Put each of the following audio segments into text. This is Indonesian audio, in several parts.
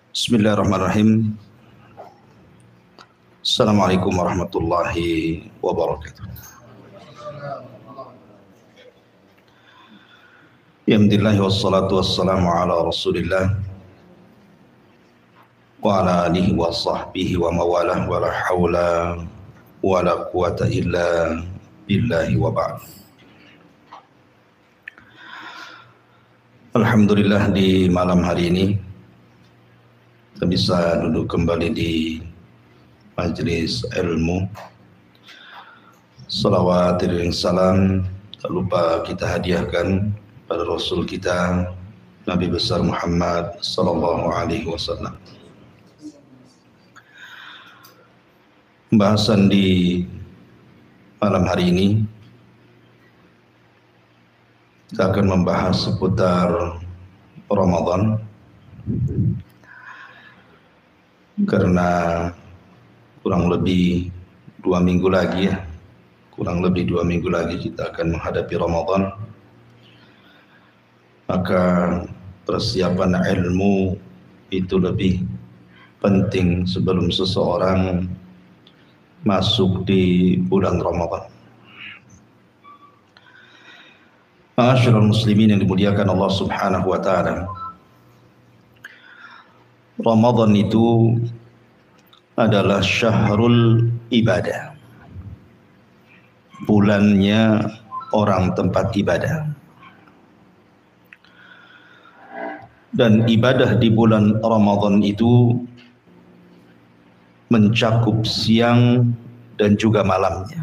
Bismillahirrahmanirrahim. Assalamualaikum warahmatullahi wabarakatuh. Alhamdulillah wassalatu wassalamu ala Rasulillah wa ala alihi wa sahbihi wa mawalah wa la hawla wa la quwata illa billahi wa ba'd. Alhamdulillah di malam hari ini kita bisa duduk kembali di majlis ilmu. Salawat dan salam tak lupa kita hadiahkan pada Rasul kita Nabi besar Muhammad sallallahu alaihi wasallam. Pembahasan di malam hari ini kita akan membahas seputar Ramadan, karena kurang lebih 2 minggu lagi kita akan menghadapi Ramadan. Maka persiapan ilmu itu lebih penting sebelum seseorang masuk di bulan Ramadan. Ma'asyiral muslimin yang dimuliakan Allah Subhanahu wa taala, Ramadan itu adalah syahrul ibadah, bulannya orang tempat ibadah. Dan ibadah di bulan Ramadan itu mencakup siang dan juga malamnya,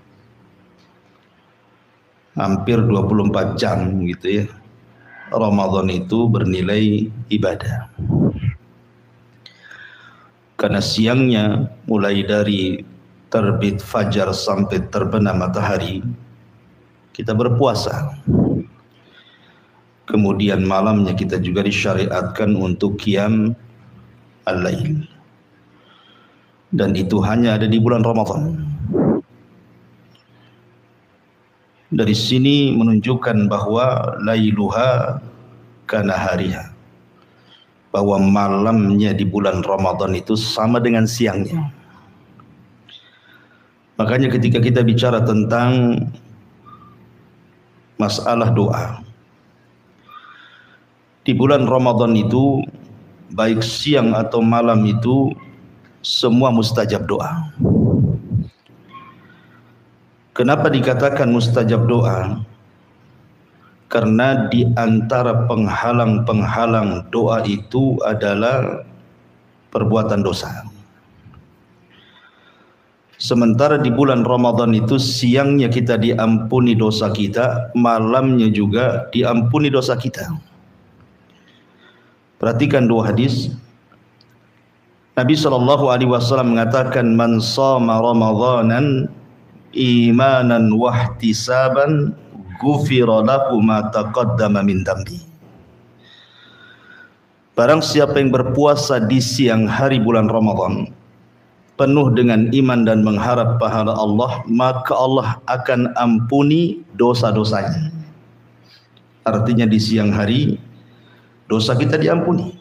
hampir 24 jam gitu ya. Ramadan itu bernilai ibadah. Karena siangnya mulai dari terbit fajar sampai terbenam matahari kita berpuasa. Kemudian malamnya kita juga disyariatkan untuk qiyam al-lail. Dan itu hanya ada di bulan Ramadan. Dari sini menunjukkan bahwa lailuha kanahariha, bahwa malamnya di bulan Ramadan itu sama dengan siangnya. Makanya ketika kita bicara tentang masalah doa, di bulan Ramadan itu baik siang atau malam itu semua mustajab doa. Kenapa dikatakan mustajab doa? Karena di antara penghalang-penghalang doa itu adalah perbuatan dosa. Sementara di bulan Ramadan itu siangnya kita diampuni dosa kita, malamnya juga diampuni dosa kita. Perhatikan dua hadis. Nabi SAW mengatakan, man shoma Ramadanan imanan wahtisaban ghufira lahu ma taqaddama min dambi. Barang siapa yang berpuasa di siang hari bulan Ramadan penuh dengan iman dan mengharap pahala Allah, maka Allah akan ampuni dosa-dosanya. Artinya di siang hari dosa kita diampuni.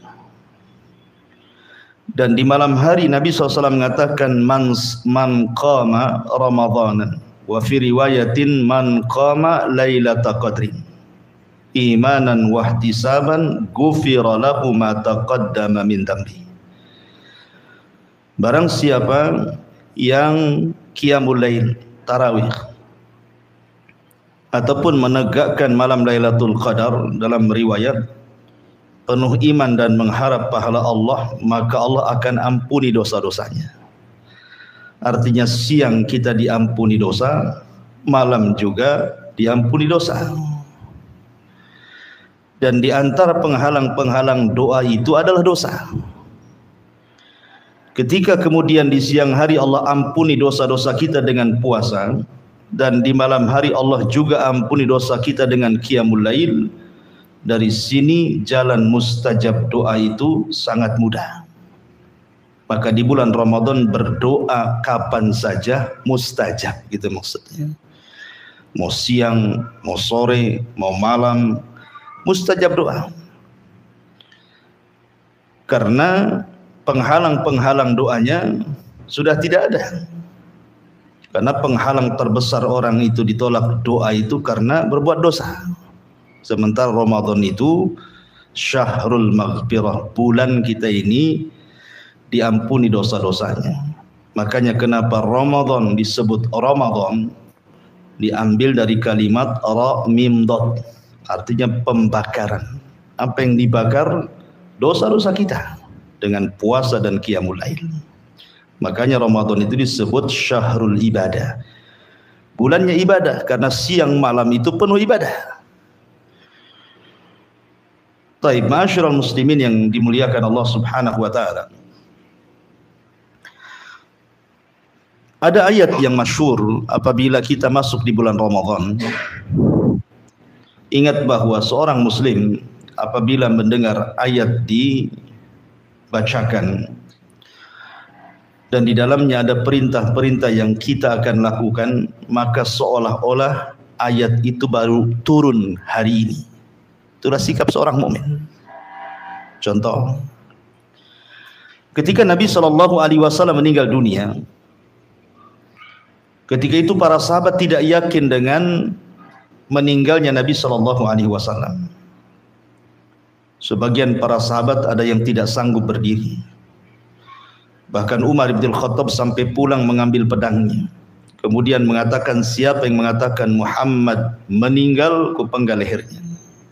Dan di malam hari Nabi SAW mengatakan, man qama Ramadanan, wa fi riwayatin man qama lailata qadrin imanan wahtisaban ghufira lahu ma taqaddama min dambi. Barang siapa yang qiyamul lail, tarawih, ataupun menegakkan malam Lailatul Qadar, dalam riwayat penuh iman dan mengharap pahala Allah, maka Allah akan ampuni dosa-dosanya. Artinya siang kita diampuni dosa, malam juga diampuni dosa. Dan di antara penghalang-penghalang doa itu adalah dosa. Ketika kemudian di siang hari Allah ampuni dosa-dosa kita dengan puasa, dan di malam hari Allah juga ampuni dosa kita dengan qiyamul lail, dari sini jalan mustajab doa itu sangat mudah. Maka di bulan Ramadan berdoa kapan saja mustajab, gitu maksudnya. Mau siang, mau sore, mau malam, mustajab doa. Karena penghalang-penghalang doanya sudah tidak ada. Karena penghalang terbesar orang itu ditolak doa itu karena berbuat dosa. Sementara Ramadan itu syahrul maghfirah, bulan kita ini diampuni dosa-dosanya. Makanya kenapa Ramadan disebut Ramadan, diambil dari kalimat ra mim dot, artinya pembakaran. Apa yang dibakar? Dosa-dosa kita dengan puasa dan qiyamul lail. Makanya Ramadan itu disebut syahrul ibadah, bulannya ibadah, karena siang malam itu penuh ibadah. Taib, ma'asyiral muslimin yang dimuliakan Allah Subhanahu wa taala. Ada ayat yang masyhur apabila kita masuk di bulan Ramadan. Ingat bahwa seorang muslim apabila mendengar ayat dibacakan dan di dalamnya ada perintah-perintah yang kita akan lakukan, maka seolah-olah ayat itu baru turun hari ini. Itulah sikap seorang mukmin. Contoh, ketika Nabi SAW meninggal dunia, ketika itu para sahabat tidak yakin dengan meninggalnya Nabi SAW. Sebagian para sahabat ada yang tidak sanggup berdiri. Bahkan Umar bin Khattab sampai pulang mengambil pedangnya. Kemudian mengatakan, siapa yang mengatakan Muhammad meninggal, kupenggal lehernya.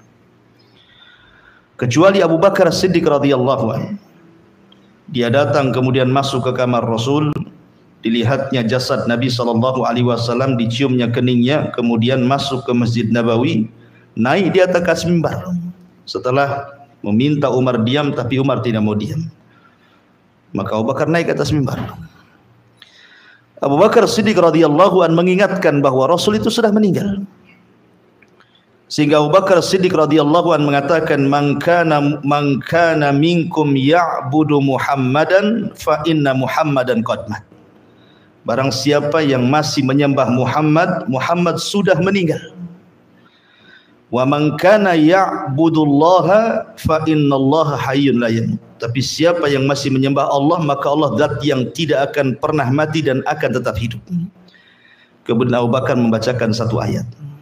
Kecuali Abu Bakar Siddiq radhiyallahu anhu. Dia datang kemudian masuk ke kamar Rasul, dilihatnya jasad Nabi SAW, diciumnya keningnya, kemudian masuk ke Masjid Nabawi, naik di atas mimbar. Setelah meminta Umar diam, tapi Umar tidak mau diam. Maka Abu Bakar naik ke atas mimbar. Abu Bakar Siddiq radhiyallahu an mengingatkan bahwa Rasul itu sudah meninggal. Sehingga Abu Bakar Siddiq radhiyallahu an mengatakan, man kana minkum ya'budu Muhammadan fa inna Muhammadan qad mat. Barang siapa yang masih menyembah Muhammad, Muhammad sudah meninggal. Wa man kana ya'budullaha fa innallaha hayyun la yamut. Tapi siapa yang masih menyembah Allah, maka Allah zat yang tidak akan pernah mati dan akan tetap hidup. Kemudian Abu Bakar membacakan satu ayat.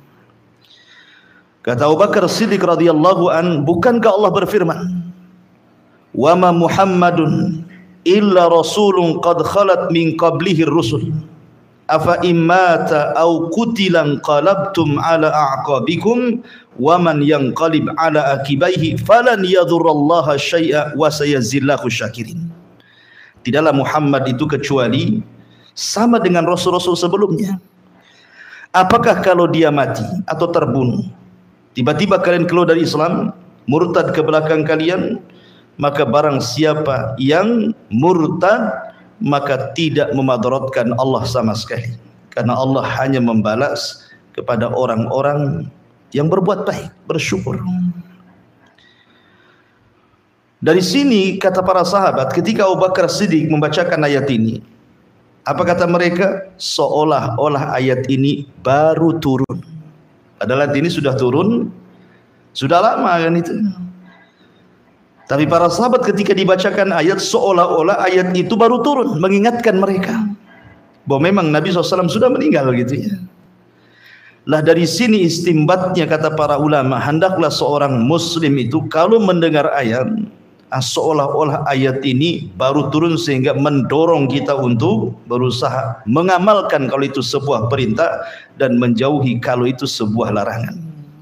Kata Abu Bakar Siddiq radhiyallahu an, bukankah Allah berfirman, wa ma Muhammadun illa rasulun qad khalat min qablihi rusul afa immata aw qutilan qalabtum ala a'qabikum wa man yanqalib ala akibaihi falan yadhurrallaha syai'a wa sayazillahu syakirin. Tidaklah Muhammad itu kecuali sama dengan rasul-rasul sebelumnya. Apakah kalau dia mati atau terbunuh, tiba-tiba kalian keluar dari Islam, murtad ke belakang kalian, maka barang siapa yang murtad maka tidak memadaratkan Allah sama sekali, karena Allah hanya membalas kepada orang-orang yang berbuat baik, bersyukur. Dari sini kata para sahabat, ketika Abu Bakar Siddiq membacakan ayat ini, apa kata mereka? Seolah-olah ayat ini baru turun. Padahal ayat ini sudah turun, sudah lama kan itu. Tapi para sahabat ketika dibacakan ayat, seolah-olah ayat itu baru turun, mengingatkan mereka bahwa memang Nabi SAW sudah meninggal gitu ya. Lah dari sini istimbatnya kata para ulama, hendaklah seorang muslim itu kalau mendengar ayat, seolah-olah ayat ini baru turun sehingga mendorong kita untuk berusaha mengamalkan kalau itu sebuah perintah dan menjauhi kalau itu sebuah larangan.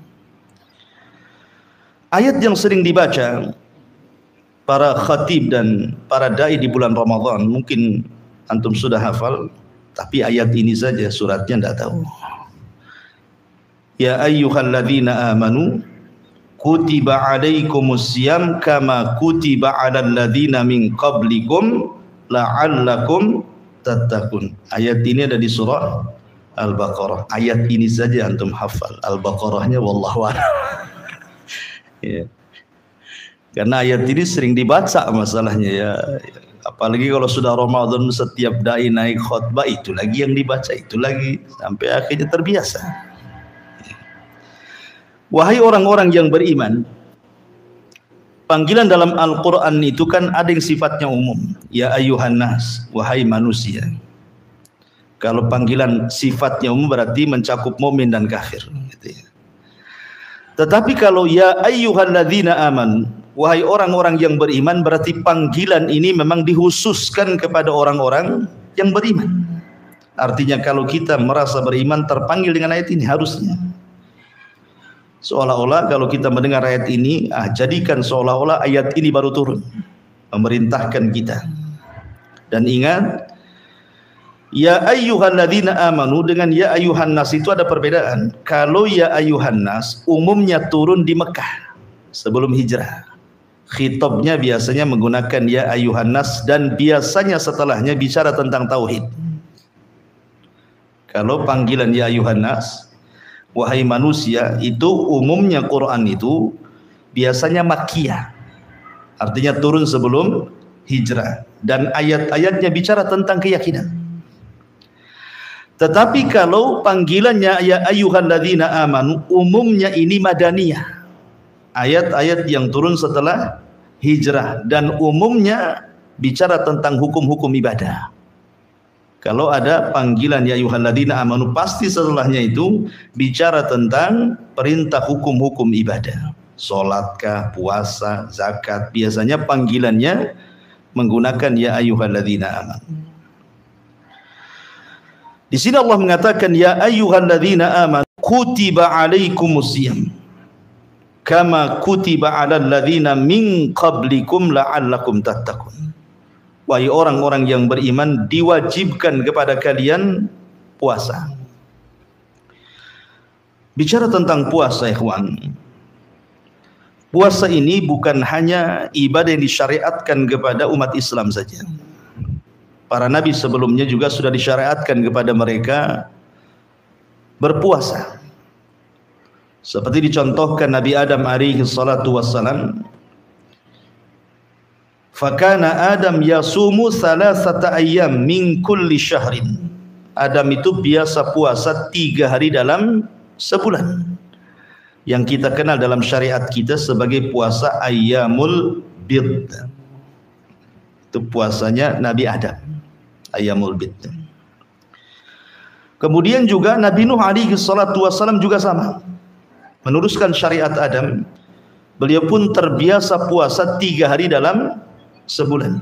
Ayat yang sering dibaca para khatib dan para dai di bulan Ramadan, mungkin antum sudah hafal, tapi ayat ini saja suratnya tidak tahu. Ya ayyuhalladzina amanu kutiba alaikumusiyam kama kutiba alal ladzina min qablikum la'allakum tattaqun. Ayat ini ada di surah Al-Baqarah. Ayat ini saja antum hafal. Al-Baqarahnya wallahu a'lam. Ya. Karena ayat ini sering dibaca masalahnya ya. Apalagi kalau sudah Ramadan, setiap dai naik khutbah itu lagi yang dibaca, itu lagi, sampai akhirnya terbiasa. Wahai orang-orang yang beriman, panggilan dalam Al-Quran itu kan ada yang sifatnya umum. Ya ayyuhan nas, wahai manusia. Kalau panggilan sifatnya umum berarti mencakup mukmin dan kafir. Gitu ya. Tetapi kalau ya ayyuhalladzina amanu, wahai orang-orang yang beriman, berarti panggilan ini memang dikhususkan kepada orang-orang yang beriman. Artinya kalau kita merasa beriman terpanggil dengan ayat ini harusnya. Seolah-olah kalau kita mendengar ayat ini, jadikan seolah-olah ayat ini baru turun memerintahkan kita. Dan ingat, ya ayyuhalladzina amanu dengan ya ayyuhan nas itu ada perbedaan. Kalau ya ayyuhan nas umumnya turun di Mekah sebelum hijrah. Khitabnya biasanya menggunakan ya ayyuhan nas dan biasanya setelahnya bicara tentang tauhid. Kalau panggilan ya ayyuhan nas, wahai manusia, itu umumnya Quran itu biasanya makkiyah. Artinya turun sebelum hijrah dan ayat-ayatnya bicara tentang keyakinan. Tetapi kalau panggilannya ya ayyuhalladzina amanu, umumnya ini madaniyah. Ayat-ayat yang turun setelah hijrah dan umumnya bicara tentang hukum-hukum ibadah. Kalau ada panggilan ya ayyuhalladzina amanu, pasti setelahnya itu bicara tentang perintah hukum-hukum ibadah. Salatkah, puasa, zakat, biasanya panggilannya menggunakan ya ayyuhalladzina amanu. Di sini Allah mengatakan ya ayyuhalladzina amanu kutiba alaikumusiyam kama kutiba alal ladzina min qablikum la'allakum tattaqun. Wahai orang-orang yang beriman, diwajibkan kepada kalian puasa. Bicara tentang puasa, ikhwan. Puasa ini bukan hanya ibadah yang disyariatkan kepada umat Islam saja. Para nabi sebelumnya juga sudah disyariatkan kepada mereka berpuasa. Seperti dicontohkan Nabi Adam alaihi salatu wassalam. Fakana Adam yasumu salasata ayyam min kulli syahrin. Adam itu biasa puasa 3 hari dalam sebulan. Yang kita kenal dalam syariat kita sebagai puasa ayyamul bid. Itu puasanya Nabi Adam. Ayyamul bid. Kemudian juga Nabi Nuh alaihi salatu wassalam juga sama. Meneruskan syariat Adam. Beliau pun terbiasa puasa 3 hari dalam sebulan.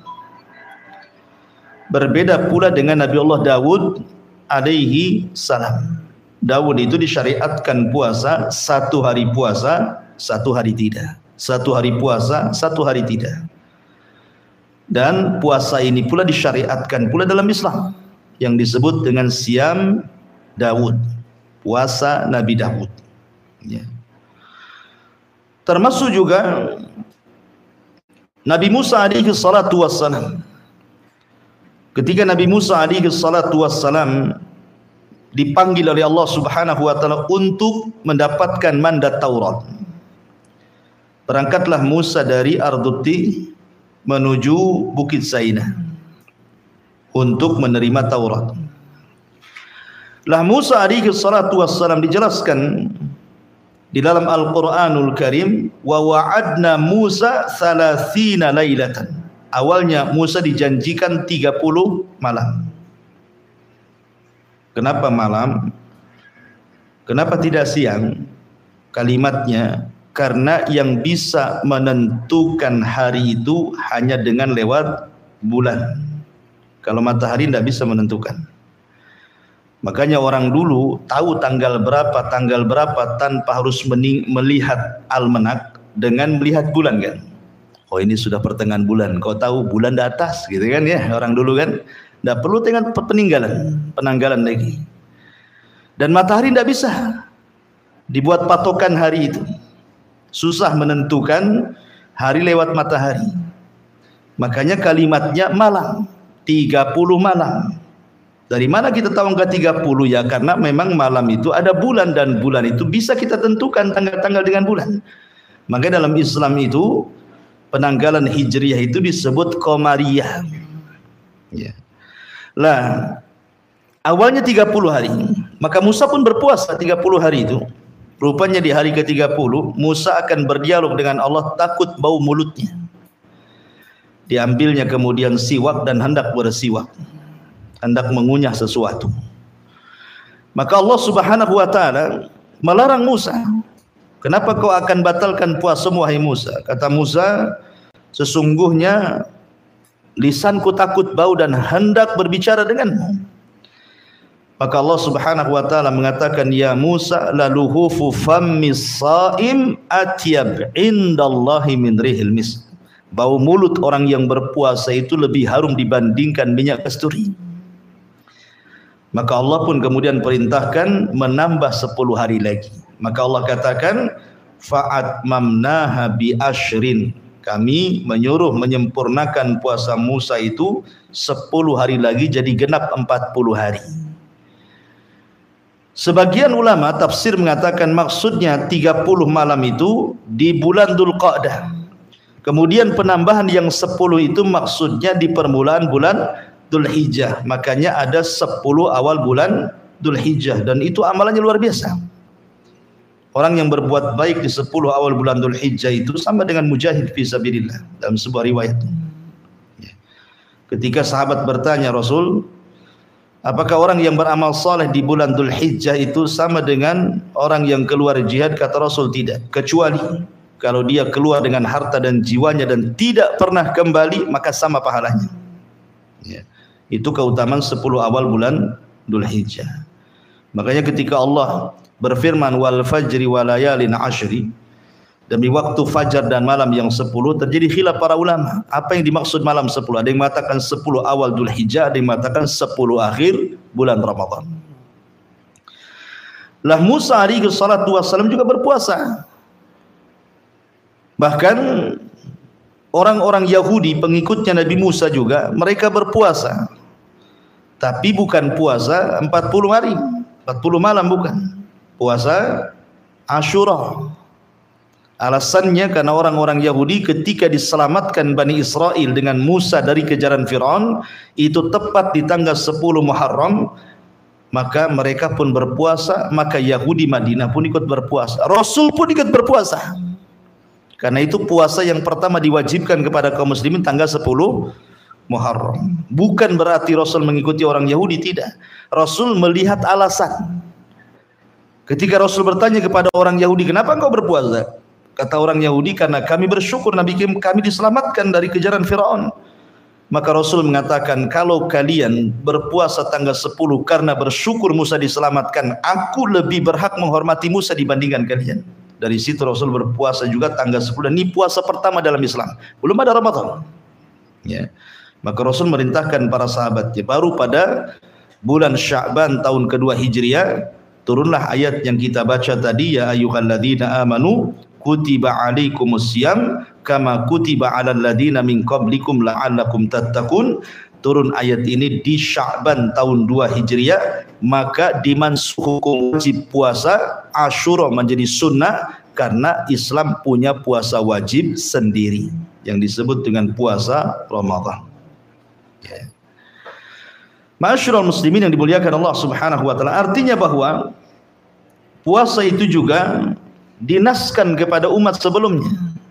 Berbeda pula dengan Nabi Allah Daud alaihi salam. Daud itu disyariatkan puasa 1 hari puasa, 1 hari tidak. 1 hari puasa, 1 hari tidak. Dan puasa ini pula disyariatkan pula dalam Islam yang disebut dengan Siyam Daud, puasa Nabi Daud. Ya. Termasuk juga Nabi Musa alaihi salatu wassalam. Ketika Nabi Musa alaihi salatu wassalam dipanggil oleh Allah Subhanahu wa taala untuk mendapatkan mandat Taurat. Berangkatlah Musa dari Arduti menuju Bukit Sainah untuk menerima Taurat. Lah Musa alaihi salatu wassalam dijelaskan di dalam Al-Quranul Karim, wa wa'adna Musa 30 lailatan. Awalnya Musa dijanjikan 30 malam. Kenapa malam? Kenapa tidak siang? Kalimatnya, karena yang bisa menentukan hari itu hanya dengan lewat bulan. Kalau matahari tidak bisa menentukan. Makanya orang dulu tahu tanggal berapa tanpa harus melihat almanak dengan melihat bulan kan. Oh ini sudah pertengahan bulan, kau tahu bulan di atas gitu kan ya orang dulu kan. Tidak perlu dengan penanggalan lagi. Dan matahari tidak bisa dibuat patokan hari itu. Susah menentukan hari lewat matahari. Makanya kalimatnya malam, 30 malam. Dari mana kita tahu angka 30 ya? Karena memang malam itu ada bulan dan bulan itu bisa kita tentukan tanggal-tanggal dengan bulan. Maka dalam Islam itu penanggalan Hijriyah itu disebut Qamariyah. Ya. Lah awalnya 30 hari. Maka Musa pun berpuasa 30 hari itu. Rupanya di hari ke-30 Musa akan berdialog dengan Allah, takut bau mulutnya. Diambilnya kemudian siwak dan hendak bersiwak, hendak mengunyah sesuatu. Maka Allah Subhanahu wa taala melarang Musa. Kenapa kau akan batalkan puasamu wahai Musa? Kata Musa, sesungguhnya lisanku takut bau dan hendak berbicara denganmu. Maka Allah Subhanahu wa taala mengatakan, ya Musa, laluhufu fammis shaim atyab indallahi min rihil misk. Bau mulut orang yang berpuasa itu lebih harum dibandingkan minyak kasturi. Maka Allah pun kemudian perintahkan menambah 10 hari lagi. Maka Allah katakan, fa'atmamnaha bi asyrin. Kami menyuruh menyempurnakan puasa Musa itu 10 hari lagi, jadi genap 40 hari. Sebagian ulama tafsir mengatakan maksudnya 30 malam itu di bulan Dzulqa'dah. Kemudian penambahan yang 10 itu maksudnya di permulaan bulan Dzulhijjah. Makanya ada 10 awal bulan Dzulhijjah, dan itu amalannya luar biasa. Orang yang berbuat baik di 10 awal bulan Dzulhijjah itu sama dengan mujahid fi sabilillah dalam sebuah riwayat. Ketika sahabat bertanya, Rasul, apakah orang yang beramal saleh di bulan Dzulhijjah itu sama dengan orang yang keluar jihad? Kata Rasul, tidak, kecuali kalau dia keluar dengan harta dan jiwanya dan tidak pernah kembali, maka sama pahalanya. Ya. Itu keutamaan 10 awal bulan Dzulhijjah. Makanya ketika Allah berfirman wal fajri walayalin ashri, demi waktu fajar dan malam yang 10, terjadi khilaf para ulama. Apa yang dimaksud malam 10? Ada yang mengatakan 10 awal Dzulhijjah, ada yang mengatakan 10 akhir bulan Ramadan. Lah Musa alaihi salatu wassalam juga berpuasa. Bahkan orang-orang Yahudi pengikutnya Nabi Musa juga, mereka berpuasa. Tapi bukan puasa 40 hari, 40 malam, bukan. Puasa Asyura. Alasannya karena orang-orang Yahudi ketika diselamatkan Bani Israel dengan Musa dari kejaran Fir'aun, itu tepat di tanggal 10 Muharram, maka mereka pun berpuasa. Maka Yahudi Madinah pun ikut berpuasa, Rasul pun ikut berpuasa. Karena itu puasa yang pertama diwajibkan kepada kaum muslimin tanggal 10 Muharram. Bukan berarti Rasul mengikuti orang Yahudi, tidak. Rasul melihat alasan. Ketika Rasul bertanya kepada orang Yahudi, kenapa engkau berpuasa? Kata orang Yahudi, karena kami bersyukur Nabi kami diselamatkan dari kejaran Firaun. Maka Rasul mengatakan, kalau kalian berpuasa tanggal 10 karena bersyukur Musa diselamatkan, aku lebih berhak menghormati Musa dibandingkan kalian. Dari situ Rasul berpuasa juga tanggal 10, dan ini puasa pertama dalam Islam, belum ada Ramadan. Ya. Maka Rasul merintahkan para sahabatnya, baru pada bulan Sya'ban tahun kedua Hijriah turunlah ayat yang kita baca tadi, ya ayyuhalladzina amanu kutiba alaikumusiyam kama kutiba alal ladzina min qablikum la'allakum tattaqun. Turun ayat ini di Sya'ban tahun 2 Hijriah, maka dimansuh hukum wajib puasa Asyura menjadi sunnah karena Islam punya puasa wajib sendiri yang disebut dengan puasa Ramadan. Ya. Ma'asyiral muslimin yang dimuliakan Allah Subhanahu wa taala, artinya bahwa puasa itu juga dinaskan kepada umat sebelumnya.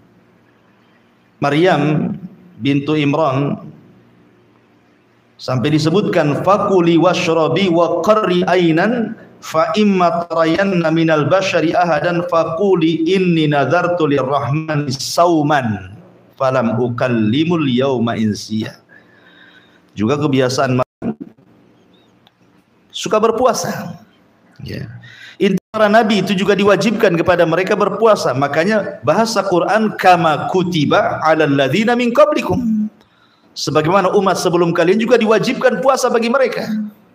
Maryam bintu Imran sampai disebutkan fakuli washrabi wa qarri ainan fa imma tarayanna minal bashari ahadan fakuli inni nadartu lirrahmani sauman falam ukallimul yauma insiya. Juga kebiasaan suka berpuasa. Ya. Para nabi itu juga diwajibkan kepada mereka berpuasa. Makanya bahasa Quran kama kutiba alal ladzina min qablikum. Sebagaimana umat sebelum kalian juga diwajibkan puasa bagi mereka.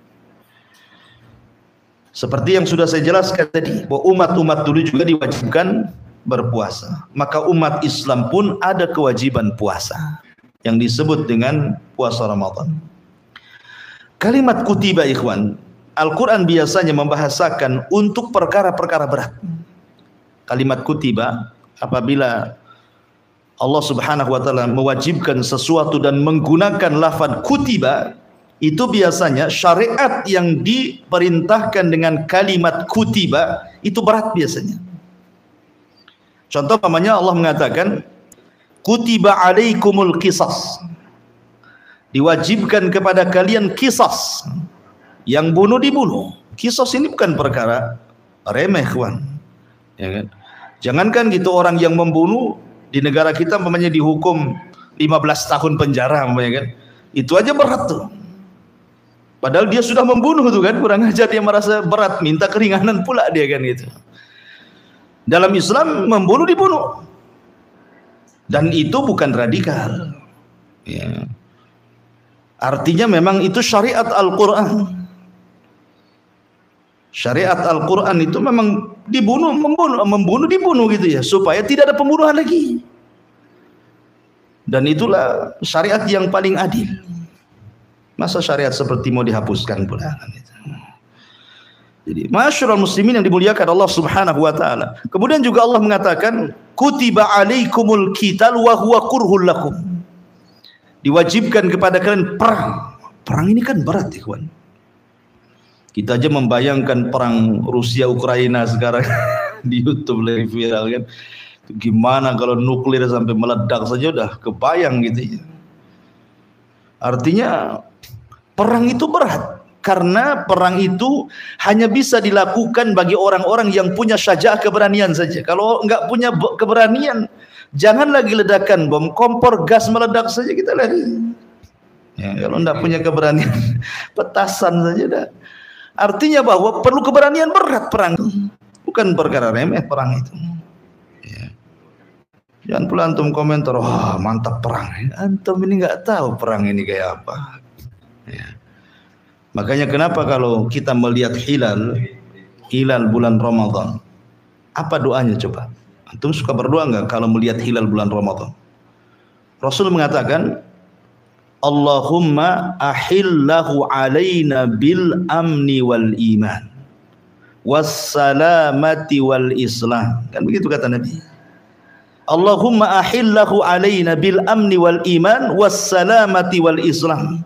Seperti yang sudah saya jelaskan tadi, bahwa umat-umat dulu juga diwajibkan berpuasa. Maka umat Islam pun ada kewajiban puasa yang disebut dengan puasa Ramadan. Kalimat kutiba, ikhwan, Al-Quran biasanya membahasakan untuk perkara-perkara berat. Kalimat kutiba apabila Allah Subhanahu wa taala mewajibkan sesuatu dan menggunakan lafaz kutiba, itu biasanya syariat yang diperintahkan dengan kalimat kutiba itu berat biasanya. Contoh namanya Allah mengatakan kutiba alaikumul qisas, diwajibkan kepada kalian qisas, yang bunuh dibunuh. Qisas ini bukan perkara remeh, kawan, ya kan? Jangankan gitu, orang yang membunuh di negara kita umpamanya dihukum 15 tahun penjara umpamanya, kan, itu aja berat tuh. Padahal dia sudah membunuh tuh kan, kurang ajar dia merasa berat, minta keringanan pula dia kan gitu. Dalam Islam membunuh dibunuh. Dan itu bukan radikal. Ya. Artinya memang itu syariat Al-Quran. Syariat Al-Quran itu memang dibunuh, membunuh dibunuh gitu ya, supaya tidak ada pembunuhan lagi. Dan itulah syariat yang paling adil. Masa syariat seperti mau dihapuskan pula? Jadi, masyarul muslimin yang dimuliakan Allah Subhanahu wa taala. Kemudian juga Allah mengatakan, kutiba alaikumul qital wa huwa kurhul lakum. Diwajibkan kepada kalian perang. Perang ini kan berat, ikhwan. Kita aja membayangkan perang Rusia Ukraina sekarang di YouTube lagi viral kan. Gimana kalau nuklir sampai meledak saja udah kebayang gitu ya. Artinya perang itu berat, karena perang itu hanya bisa dilakukan bagi orang-orang yang punya syaja'ah, keberanian saja. Kalau enggak punya keberanian, jangan lagi ledakan bom, kompor gas meledak saja kita lari. Ya, kalau enggak punya keberanian, petasan saja dah. Artinya bahwa perlu keberanian, berat perang. Bukan perkara remeh perang itu. Ya. Jangan pula antum komentar, wah mantap perang. Antum ini enggak tahu perang ini kayak apa. Ya. Makanya kenapa kalau kita melihat hilal bulan Ramadan, apa doanya coba? Antum suka berdoa enggak kalau melihat hilal bulan Ramadan? Rasul mengatakan, Allahumma ahillahu alaina bil amni wal iman wassalamati wal islam. Kan begitu kata Nabi. Allahumma ahillahu alaina bil amni wal iman wassalamati wal islam.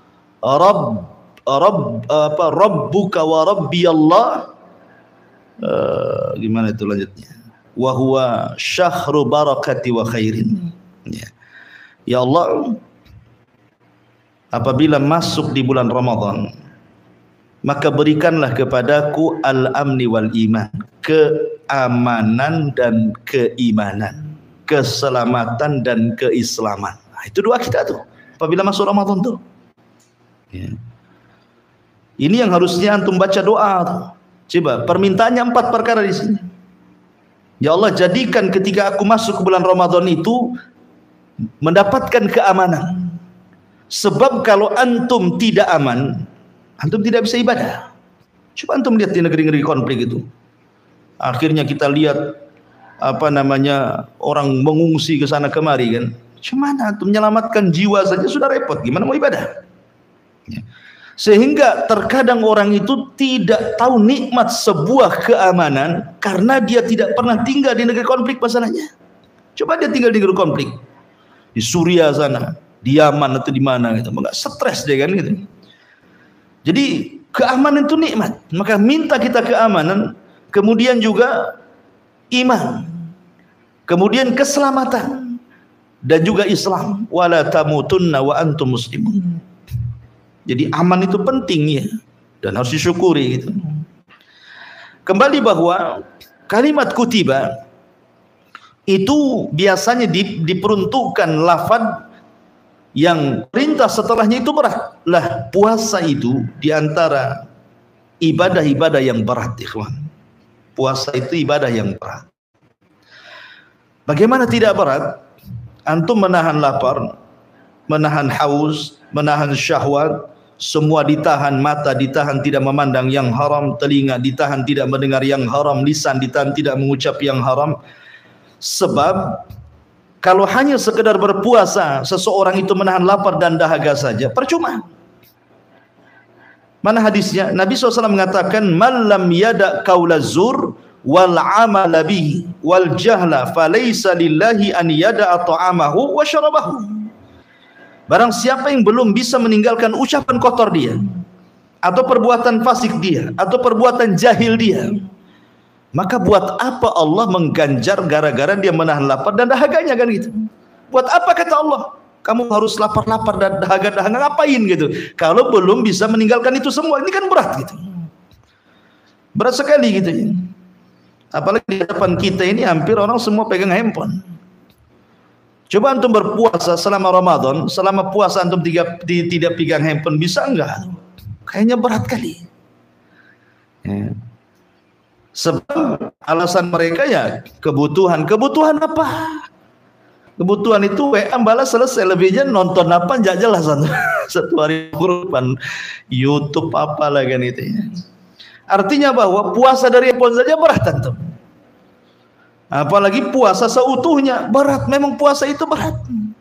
Rabbuka wa rabbi Allah. Gimana itu lanjutnya? Wa huwa syahru barakati wa khairin. Ya Allah, apabila masuk di bulan Ramadan, maka berikanlah kepadaku al-amni wal iman, keamanan dan keimanan, keselamatan dan keislaman. Nah, itu doa kita tuh apabila masuk Ramadan tuh. Ya. Ini yang harusnya antum baca doa tuh. Coba permintaannya 4 perkara di sini. Ya Allah, jadikan ketika aku masuk ke bulan Ramadan itu mendapatkan keamanan. Sebab kalau antum tidak aman, antum tidak bisa ibadah. Coba antum lihat di negeri-negeri konflik itu. Akhirnya kita lihat orang mengungsi ke sana kemari kan. Cuman antum menyelamatkan jiwa saja sudah repot, gimana mau ibadah? Ya. Sehingga terkadang orang itu tidak tahu nikmat sebuah keamanan karena dia tidak pernah tinggal di negeri konflik masalahnya. Coba dia tinggal di negeri konflik di Suriah sana, di Yaman atau di mana gitu, enggak stres dia kan gitu. Jadi keamanan itu nikmat, maka minta kita keamanan, kemudian juga iman, kemudian keselamatan dan juga Islam. Wala tamutunna wa antum muslimun. Jadi aman itu penting ya, dan harus disyukuri gitu. Kembali bahwa kalimat kutiba itu biasanya diperuntukkan lafaz yang perintah setelahnya itu berat. Lah puasa itu diantara ibadah-ibadah yang berat, ikhwan. Puasa itu ibadah yang berat. Bagaimana tidak berat? Antum menahan lapar, menahan haus, menahan syahwat, semua ditahan, mata ditahan tidak memandang yang haram, telinga ditahan tidak mendengar yang haram, lisan ditahan tidak mengucap yang haram. Sebab kalau hanya sekedar berpuasa seseorang itu menahan lapar dan dahaga saja, percuma. Mana hadisnya? Nabi SAW mengatakan, man lam yada qaula zur wal amala bihi wal jahla falaysa lillahi an yada ta'amahu wa syarabahu. Barang siapa yang belum bisa meninggalkan ucapan kotor dia, atau perbuatan fasik dia, atau perbuatan jahil dia, maka buat apa Allah mengganjar gara-gara dia menahan lapar dan dahaganya, kan gitu. Buat apa kata Allah kamu harus lapar-lapar dan dahaga-dahaga, ngapain gitu, kalau belum bisa meninggalkan itu semua? Ini kan berat gitu, berat sekali gitu ya. Apalagi di hadapan kita ini hampir orang semua pegang handphone. Coba antum berpuasa selama Ramadan, selama puasa antum tidak pegang handphone, bisa enggak? Kayaknya berat kali. Ya. Sebab alasan mereka ya kebutuhan. Kebutuhan apa? Kebutuhan itu WA balas selesai, lebihnya nonton apa enggak jelas antum. Satu hari kurban YouTube apalah kan itu ya. Artinya bahwa puasa dari handphone saja berat antum. Apalagi puasa seutuhnya berat, memang puasa itu berat.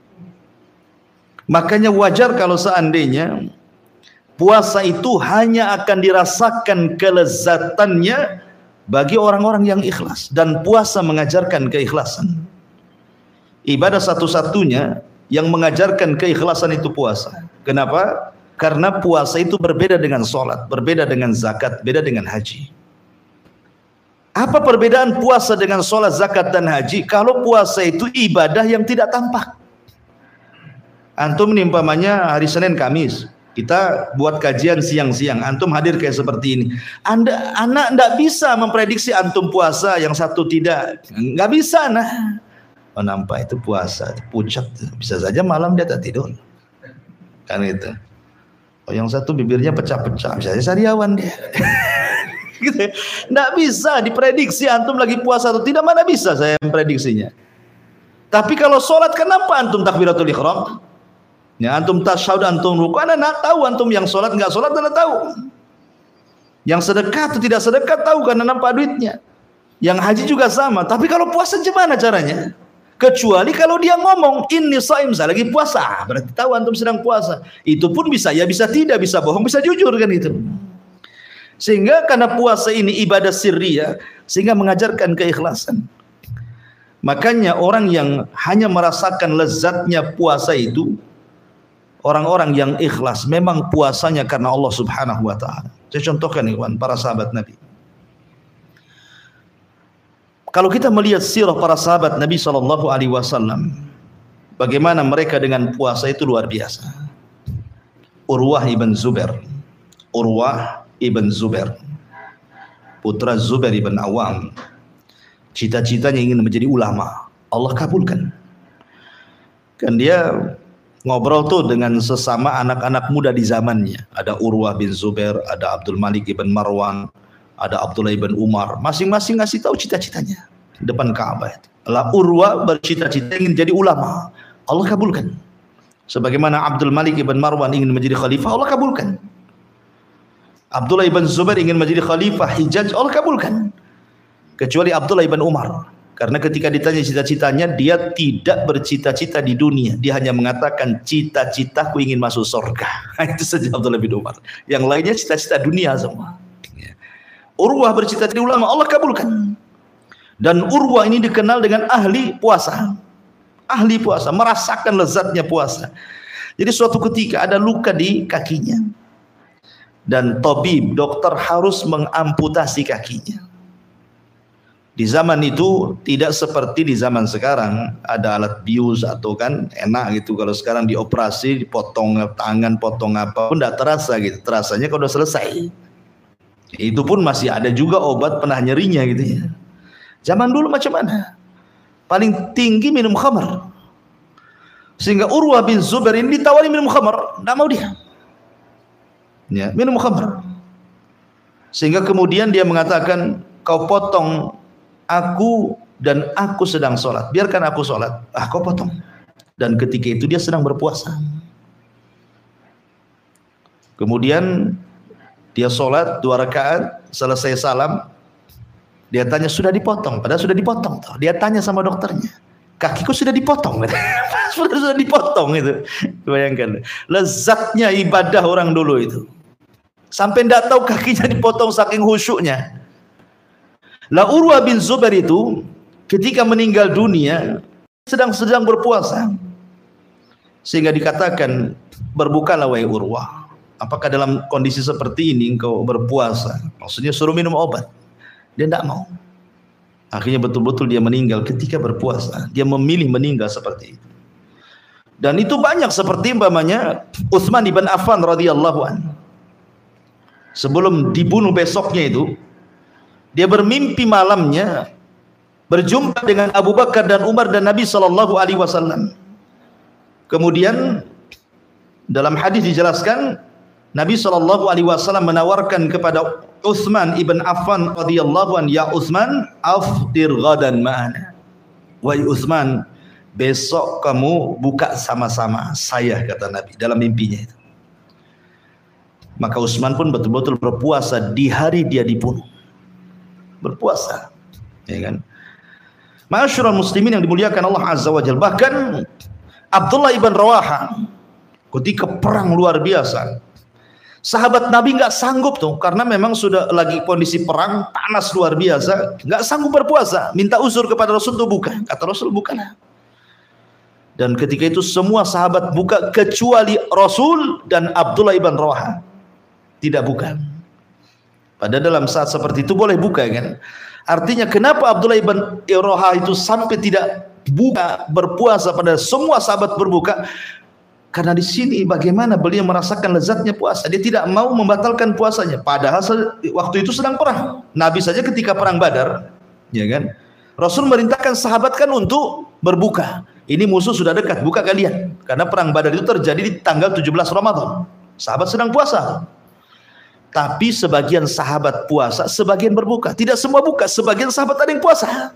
Makanya wajar kalau seandainya puasa itu hanya akan dirasakan kelezatannya bagi orang-orang yang ikhlas, dan puasa mengajarkan keikhlasan. Ibadah satu-satunya yang mengajarkan keikhlasan itu puasa. Kenapa? Karena puasa itu berbeda dengan sholat, berbeda dengan zakat, beda dengan haji. Apa perbedaan puasa dengan sholat, zakat, dan haji? Kalau puasa itu ibadah yang tidak tampak. Antum nimpamanya hari Senin Kamis, kita buat kajian siang-siang, antum hadir kayak seperti ini. Anak tidak bisa memprediksi antum puasa, yang satu tidak. Nggak bisa, nah. Oh, nampak itu puasa, pucat. Bisa saja malam dia tak tidur. Kan itu. Oh, yang satu bibirnya pecah-pecah, bisa saja sariawan dia. Gitu. Nggak bisa diprediksi antum lagi puasa atau tidak, mana bisa saya memprediksinya. Tapi kalau sholat, kenapa antum takbiratul ihram? Ya, antum tasyahud, antum ruku, anda nggak tahu. Antum yang sholat nggak sholat anda tahu. Yang sedekah atau tidak sedekah tahu karena nampak duitnya. Yang haji juga sama. Tapi kalau puasa gimana caranya? Kecuali kalau dia ngomong inni shaim, saya lagi puasa, berarti tahu antum sedang puasa. Itu pun bisa ya, bisa tidak, bisa bohong, bisa jujur, kan itu. Sehingga karena puasa ini ibadah sirriyah, sehingga mengajarkan keikhlasan. Makanya orang yang hanya merasakan lezatnya puasa itu orang-orang yang ikhlas, memang puasanya karena Allah Subhanahu wa taala. Saya contohkan ikhwan, para sahabat Nabi. Kalau kita melihat sirah para sahabat Nabi sallallahu alaihi wasallam, bagaimana mereka dengan puasa itu luar biasa. Urwah ibn Zubair, putra Zubair ibn Awam, cita-citanya ingin menjadi ulama, Allah kabulkan. Kan dia ngobrol tuh dengan sesama anak-anak muda di zamannya. Ada Urwah bin Zubair, ada Abdul Malik ibn Marwan, ada Abdullah ibn Umar. Masing-masing ngasih tahu cita-citanya depan Ka'bah. Lah Urwah bercita-cita ingin jadi ulama, Allah kabulkan. Sebagaimana Abdul Malik ibn Marwan ingin menjadi khalifah, Allah kabulkan. Abdullah ibn Zubair ingin menjadi khalifah Hijaz, Allah kabulkan. Kecuali Abdullah ibn Umar, karena ketika ditanya cita-citanya, dia tidak bercita-cita di dunia. Dia hanya mengatakan cita-citaku ingin masuk surga. Itu saja Abdullah ibn Umar. Yang lainnya cita-cita dunia semua. Urwah bercita-cita ulama, Allah kabulkan. Dan Urwah ini dikenal dengan ahli puasa. Ahli puasa, merasakan lezatnya puasa. Jadi suatu ketika ada luka di kakinya, dan tabib, dokter harus mengamputasi kakinya. Di zaman itu tidak seperti di zaman sekarang, ada alat bius atau kan enak gitu. Kalau sekarang dioperasi, dipotong tangan, potong apa pun tidak terasa gitu. Terasanya kalau sudah selesai. Itu pun masih ada juga obat penahan nyerinya gitu ya. Zaman dulu macam mana? Paling tinggi minum khamar. Sehingga Urwah bin Zubair ini ditawari minum khamar, tidak mau dia. Ya, minum khamr. Sehingga kemudian dia mengatakan, kau potong aku dan aku sedang sholat, biarkan aku sholat. Kau potong. Dan ketika itu dia sedang berpuasa. Kemudian dia sholat 2 rakaat, selesai salam, dia tanya sudah dipotong, padahal sudah dipotong. Dia tanya sama dokternya, kakiku sudah dipotong. Sudah dipotong itu. Bayangkan lezatnya ibadah orang dulu itu. Sampai tidak tahu kakinya dipotong saking khusyuknya. Lah Urwah bin Zubair itu ketika meninggal dunia sedang berpuasa. Sehingga dikatakan, berbukalah wahai Urwah. Apakah dalam kondisi seperti ini engkau berpuasa? Maksudnya suruh minum obat. Dia tidak mau. Akhirnya betul-betul dia meninggal ketika berpuasa. Dia memilih meninggal seperti itu. Dan itu banyak seperti umpamanya Utsman ibn Affan radhiyallahu anhu. Sebelum dibunuh besoknya itu, dia bermimpi malamnya berjumpa dengan Abu Bakar dan Umar dan Nabi sallallahu alaihi wasallam. Kemudian dalam hadis dijelaskan Nabi sallallahu alaihi wasallam menawarkan kepada Utsman ibn Affan radhiyallahu anhu, ya Utsman, afdir ghadan ma'ana. Wahai Utsman, besok kamu buka sama-sama saya, kata Nabi dalam mimpinya itu. Maka Utsman pun betul-betul berpuasa di hari dia dibunuh. Berpuasa, ya kan? Ma'asyiral muslimin yang dimuliakan Allah Azza wa Jalla. Bahkan Abdullah ibn Rawaha ketika perang luar biasa, sahabat Nabi nggak sanggup tuh, karena memang sudah lagi kondisi perang panas luar biasa, nggak sanggup berpuasa, minta uzur kepada Rasul tuh buka. Kata Rasul, bukalah. Dan ketika itu semua sahabat buka kecuali Rasul dan Abdullah ibn Rawaha tidak buka. Padahal dalam saat seperti itu boleh buka, kan? Artinya kenapa Abdullah ibn Rawaha itu sampai tidak buka berpuasa pada semua sahabat berbuka? Karena di sini bagaimana beliau merasakan lezatnya puasa. Dia tidak mau membatalkan puasanya. Padahal waktu itu sedang perang. Nabi saja ketika perang Badar, ya kan? Rasul merintahkan sahabat kan untuk berbuka. Ini musuh sudah dekat, buka kalian. Karena perang Badar itu terjadi di tanggal 17 Ramadan. Sahabat sedang puasa. Tapi sebagian sahabat puasa, sebagian berbuka. Tidak semua buka, sebagian sahabat ada yang puasa.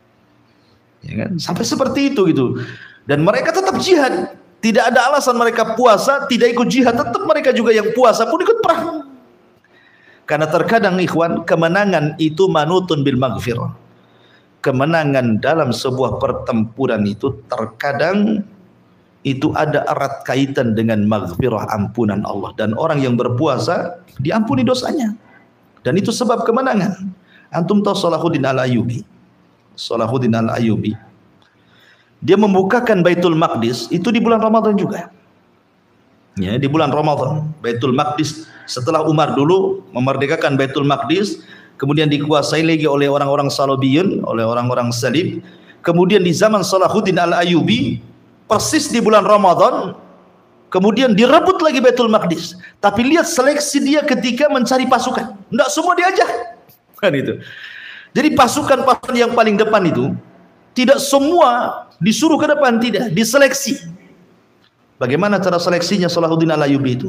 Ya kan? Sampai seperti itu gitu. Dan mereka tetap jihad. Tidak ada alasan mereka puasa tidak ikut jihad, tetap mereka juga yang puasa pun ikut perang. Karena terkadang ikhwan, kemenangan itu manutun bil maghfirah. Kemenangan dalam sebuah pertempuran itu terkadang itu ada erat kaitan dengan maghfirah, ampunan Allah. Dan orang yang berpuasa diampuni dosanya. Dan itu sebab kemenangan. Antum tahu Salahuddin Al-Ayyubi. Salahuddin Al-Ayyubi, dia membukakan Baitul Maqdis itu di bulan Ramadan juga. Ya, di bulan Ramadan. Baitul Maqdis setelah Umar dulu memerdekakan Baitul Maqdis, kemudian dikuasai lagi oleh orang-orang Salabiyun, oleh orang-orang Salib. Kemudian di zaman Salahuddin Al-Ayyubi, persis di bulan Ramadan, kemudian direbut lagi Baitul Maqdis. Tapi lihat seleksi dia ketika mencari pasukan. Tidak semua diajak. Kan itu. Jadi pasukan-pasukan yang paling depan itu tidak semua disuruh ke depan, tidak, diseleksi. Bagaimana cara seleksinya Salahuddin Al-Ayyubi itu?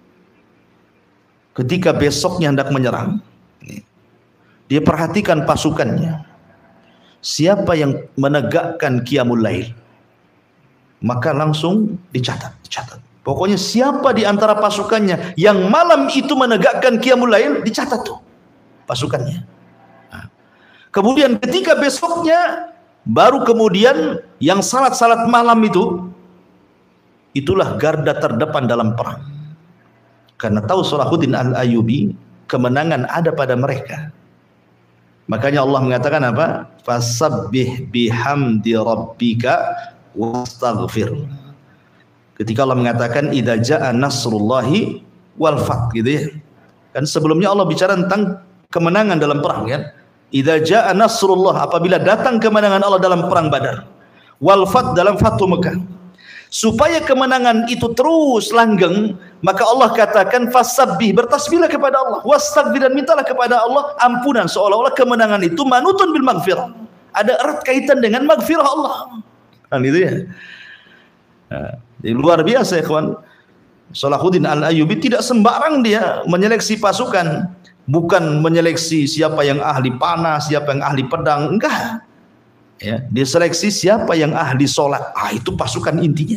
Ketika besoknya hendak menyerang, dia perhatikan pasukannya. Siapa yang menegakkan Qiyamul Lail, maka langsung dicatat. Pokoknya siapa di antara pasukannya yang malam itu menegakkan Qiyamul Lail, dicatat tuh pasukannya. Nah, kemudian ketika besoknya baru kemudian yang salat-salat malam itu, itulah garda terdepan dalam perang. Karena tahu Salahuddin Al-Ayyubi kemenangan ada pada mereka. Makanya Allah mengatakan apa? Fasabbih bihamdi rabbika wastaghfir. Ketika Allah mengatakan idza jaa nasrullahi wal fath, gitu ya. Kan sebelumnya Allah bicara tentang kemenangan dalam perang, kan? Idza jaa nasrullah, apabila datang kemenangan Allah dalam perang Badar. Wal fath dalam Fathu Mekah. Supaya kemenangan itu terus langgeng, maka Allah katakan fasabbih, bertasbihlah kepada Allah, wastaghfir, dan mintalah kepada Allah ampunan, seolah-olah kemenangan itu manutun bil maghfirah. Ada erat kaitan dengan maghfirah Allah. Kan itu ya. Nah, luar biasa ya kawan. Salahuddin Al-Ayyubi tidak sembarang dia menyeleksi pasukan, bukan menyeleksi siapa yang ahli panah, siapa yang ahli pedang, enggak. Ya, dia seleksi siapa yang ahli sholat. Itu pasukan intinya.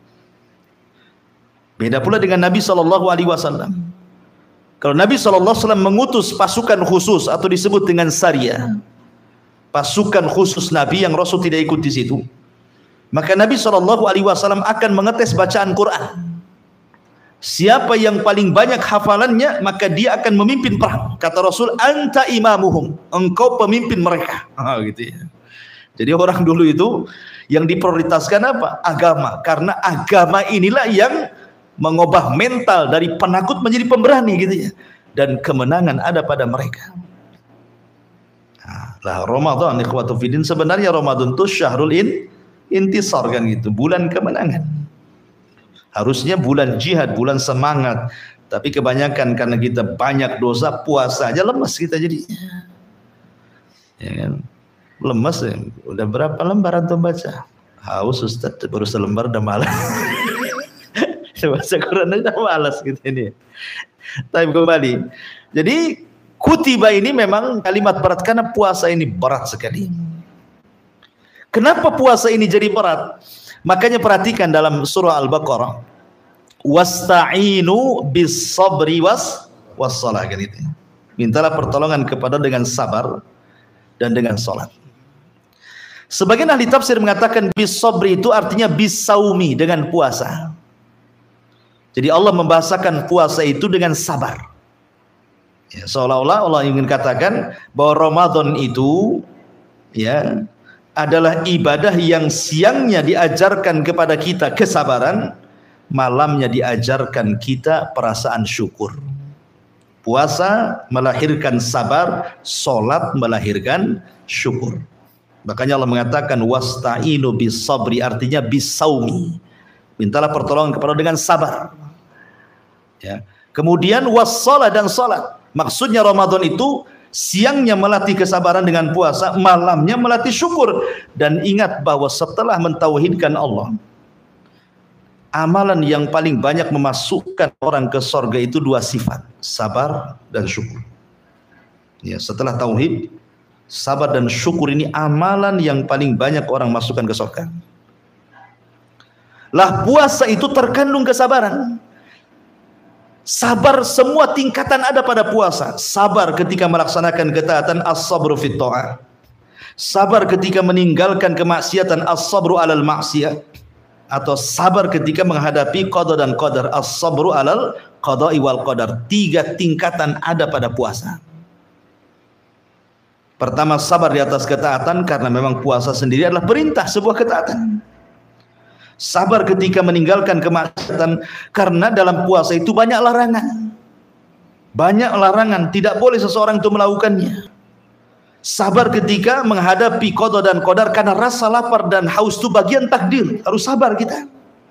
Beda pula dengan Nabi SAW. Kalau Nabi SAW mengutus pasukan khusus atau disebut dengan Sariyah, pasukan khusus Nabi yang Rasul tidak ikut di situ, maka Nabi SAW akan mengetes bacaan Quran. Siapa yang paling banyak hafalannya, maka dia akan memimpin perang. Kata Rasul, anta imamuhum, engkau pemimpin mereka. Gitu ya. Jadi orang dulu itu Yang diprioritaskan apa? Agama. Karena agama inilah yang mengubah mental dari penakut menjadi pemberani gitu ya. Dan kemenangan ada pada mereka. Lah Ramadan ikhwatu fiddin, sebenarnya Ramadan itu syahrul intisar kan gitu, bulan kemenangan. Harusnya bulan jihad, bulan semangat. Tapi kebanyakan karena kita banyak dosa, puasa aja lemes kita jadi. Ya kan? Lemes ya. Udah berapa lembar antum baca? Haus Ustaz, baru selembar udah malas. Baca Quran udah malas gitu ini. Tapi kembali. Jadi kutiba ini memang kalimat berat karena puasa ini berat sekali. Kenapa puasa ini jadi berat? Makanya perhatikan dalam surah Al-Baqarah, wasta'inu bis sabri wassalah kan itu. Mintalah pertolongan kepada dengan sabar dan dengan salat. Sebagian ahli tafsir mengatakan bis sabri itu artinya bis saumi, dengan puasa. Jadi Allah membahasakan puasa itu dengan sabar. Ya, seolah-olah Allah ingin katakan bahwa Ramadan itu ya adalah ibadah yang siangnya diajarkan kepada kita kesabaran, malamnya diajarkan kita perasaan syukur. Puasa melahirkan sabar, salat melahirkan syukur. Makanya Allah mengatakan wasta'inu bis sabri, artinya bis saumi. Mintalah pertolongan kepada dengan sabar. Ya. Kemudian wassalah, dan salat. Maksudnya Ramadan itu siangnya melatih kesabaran dengan puasa, malamnya melatih syukur. Dan ingat bahwa setelah mentauhidkan Allah, amalan yang paling banyak memasukkan orang ke surga itu dua sifat, sabar dan syukur. Ya, setelah tauhid, sabar dan syukur ini amalan yang paling banyak orang masukkan ke surga. Lah puasa itu terkandung kesabaran. Sabar semua tingkatan ada pada puasa. Sabar ketika melaksanakan ketaatan, as-sabru fit ta'ah. Sabar ketika meninggalkan kemaksiatan, as-sabru alal maksiyah. Atau sabar ketika menghadapi qada dan qadar, as-sabru alal qada'i wal qadar. 3 tingkatan ada pada puasa. Pertama, sabar di atas ketaatan karena memang puasa sendiri adalah perintah, sebuah ketaatan. Sabar ketika meninggalkan kemaksiatan karena dalam puasa itu banyak larangan. Banyak larangan, tidak boleh seseorang itu melakukannya. Sabar ketika menghadapi qada dan qadar karena rasa lapar dan haus itu bagian takdir, harus sabar kita.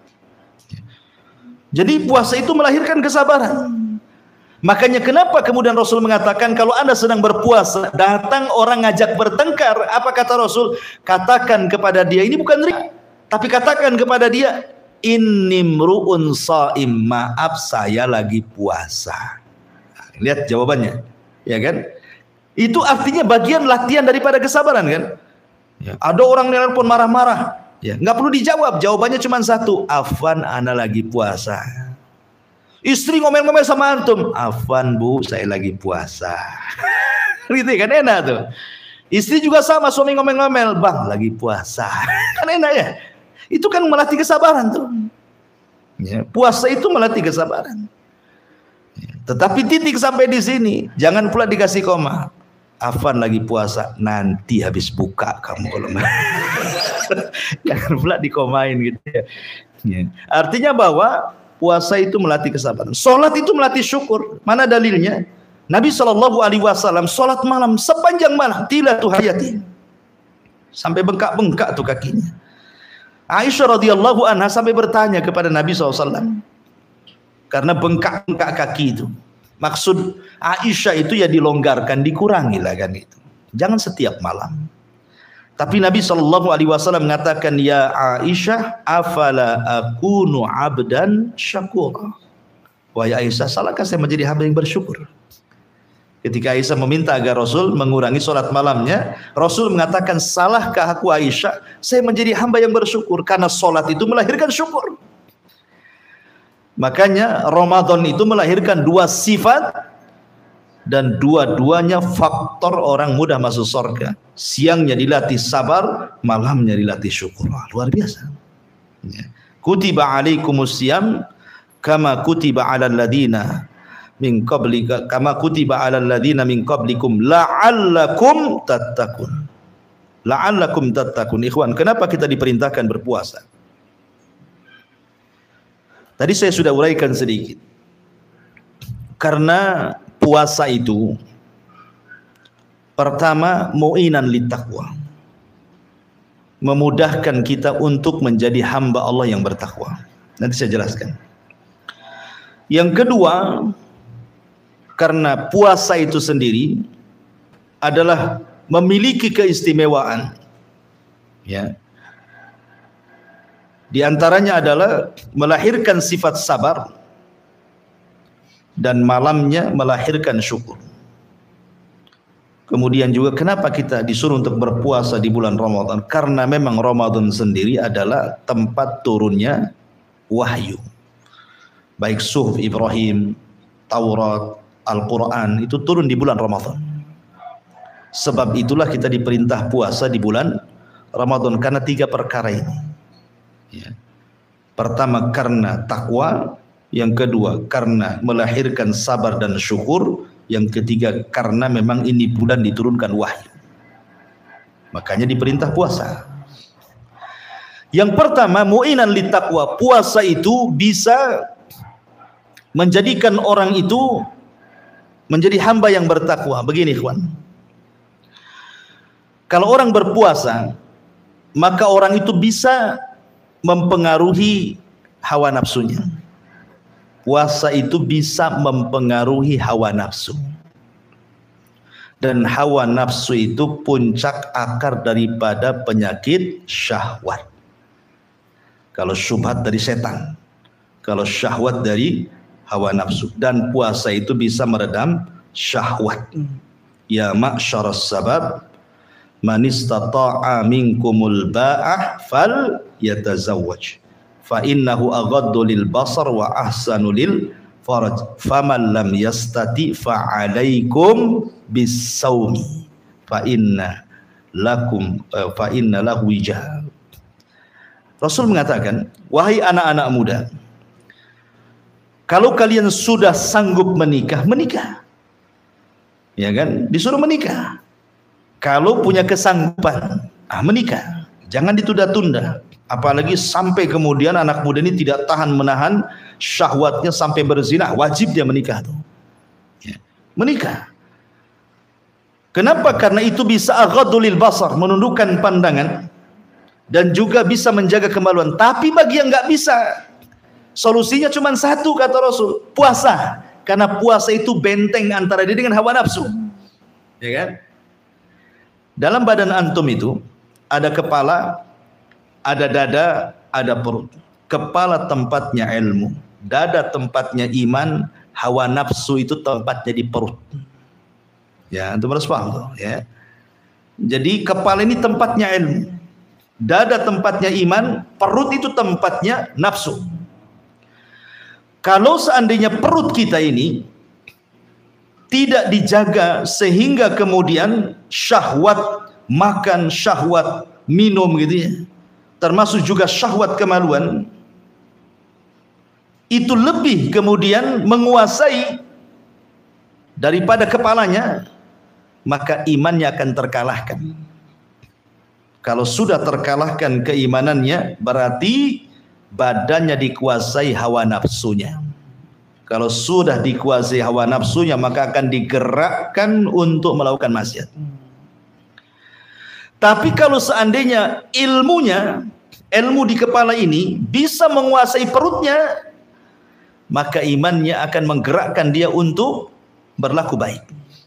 Jadi puasa itu melahirkan kesabaran. Makanya kenapa kemudian Rasul mengatakan kalau Anda sedang berpuasa, datang orang ngajak bertengkar, apa kata Rasul? Katakan kepada dia, ini bukan riya, tapi katakan kepada dia, inni mru'un shaim, maaf saya lagi puasa. Nah, lihat jawabannya, ya kan? Itu artinya bagian latihan daripada kesabaran kan? Ya. Ada orang nelpon marah-marah, ya nggak perlu dijawab, jawabannya cuma satu, afwan ana lagi puasa. Istri ngomel-ngomel sama antum, afwan bu saya lagi puasa. Gitu kan, enak tuh. Istri juga sama, suami ngomel-ngomel, bang lagi puasa. Kan enak ya. Itu kan melatih kesabaran tuh. Ya, puasa itu melatih kesabaran. Ya, tetapi titik sampai di sini, jangan pula dikasih koma. Afwan lagi puasa, nanti habis buka kamu kalau jangan pula dikomain gitu ya. Ya. Artinya bahwa puasa itu melatih kesabaran. Salat itu melatih syukur. Mana dalilnya? Nabi SAW salat malam sepanjang malam, tilatu hayatin, sampai bengkak-bengkak tuh kakinya. Aisyah radhiyallahu anha sampai bertanya kepada Nabi SAW karena bengkak-bengkak kaki itu. Maksud Aisyah itu ya dilonggarkan, dikurangi lah kan itu. Jangan setiap malam. Tapi Nabi SAW mengatakan, ya Aisyah, afala akunu abdan syakur. Wahai Aisyah, salahkah saya menjadi hamba yang bersyukur? Ketika Aisyah meminta agar Rasul mengurangi sholat malamnya, Rasul mengatakan, salahkah aku Aisyah, saya menjadi hamba yang bersyukur, karena sholat itu melahirkan syukur. Makanya Ramadan itu melahirkan 2 sifat, dan dua-duanya faktor orang mudah masuk surga. Siangnya dilatih sabar, malamnya dilatih syukur. Luar biasa. Kutiba alaikumus siyam kama kutiba alal ladina min qablika kama kutiba alal ladina min qablikum la'allakum tattaqun. la'allakum tattaqun. Ikhwan, kenapa kita diperintahkan berpuasa? Tadi saya sudah uraikan sedikit. Karena puasa itu pertama mu'inan littaqwa, memudahkan kita untuk menjadi hamba Allah yang bertakwa. Nanti saya jelaskan. Yang kedua, karena puasa itu sendiri adalah memiliki keistimewaan, ya. Di antaranya adalah melahirkan sifat sabar, dan malamnya melahirkan syukur. Kemudian juga kenapa kita disuruh untuk berpuasa di bulan Ramadan? Karena memang Ramadan sendiri adalah tempat turunnya wahyu. Baik Suhuf Ibrahim, Taurat, Al-Quran itu turun di bulan Ramadan. Sebab itulah kita diperintah puasa di bulan Ramadan karena 3 perkara ini. Ya. Pertama karena takwa, yang kedua karena melahirkan sabar dan syukur, yang ketiga karena memang ini bulan diturunkan wahyu. Makanya diperintah puasa. Yang pertama mu'inan littaqwa, puasa itu bisa menjadikan orang itu menjadi hamba yang bertakwa. Begini ikhwan, kalau orang berpuasa maka orang itu bisa mempengaruhi hawa nafsunya. Puasa itu bisa mempengaruhi hawa nafsu. Dan hawa nafsu itu puncak akar daripada penyakit syahwat. Kalau syubhat dari setan, kalau syahwat dari hawa nafsu. Dan puasa itu bisa meredam syahwat. Ya ma'syaras sabab, man istata'a minkumul ba'ah fal yatazawwaj. Fa innahu aghaddu lil basar wa ahsanu lil faraj. Faman lam yastati fa alaikum bisawmi fa inna lahu wijah. Rasul mengatakan, wahai anak-anak muda, kalau kalian sudah sanggup menikah, menikah. Ya kan? Disuruh menikah. Kalau punya kesanggupan, menikah. Jangan ditunda-tunda. Apalagi sampai kemudian anak muda ini tidak tahan menahan syahwatnya sampai berzina, wajib dia menikah tuh. Ya. Menikah. Kenapa? Karena itu bisa aghaddu lil basar, menundukkan pandangan, dan juga bisa menjaga kemaluan. Tapi bagi yang nggak bisa, solusinya cuma satu kata Rasul, puasa. Karena puasa itu benteng antara dia dengan hawa nafsu. Ya kan? Dalam badan antum itu ada kepala, ada dada, ada perut. Kepala tempatnya ilmu, dada tempatnya iman, hawa nafsu itu tempatnya di perut. Ya, antum harus paham tuh, ya. Jadi kepala ini tempatnya ilmu, dada tempatnya iman, perut itu tempatnya nafsu. Kalau seandainya perut kita ini tidak dijaga sehingga kemudian syahwat makan, syahwat minum gitu ya, termasuk juga syahwat kemaluan, itu lebih kemudian menguasai daripada kepalanya, maka imannya akan terkalahkan. Kalau sudah terkalahkan keimanannya, berarti badannya dikuasai hawa nafsunya. Kalau sudah dikuasai hawa nafsunya, maka akan digerakkan untuk melakukan maksiat. Tapi kalau seandainya ilmu di kepala ini bisa menguasai perutnya, maka imannya akan menggerakkan dia untuk berlaku baik.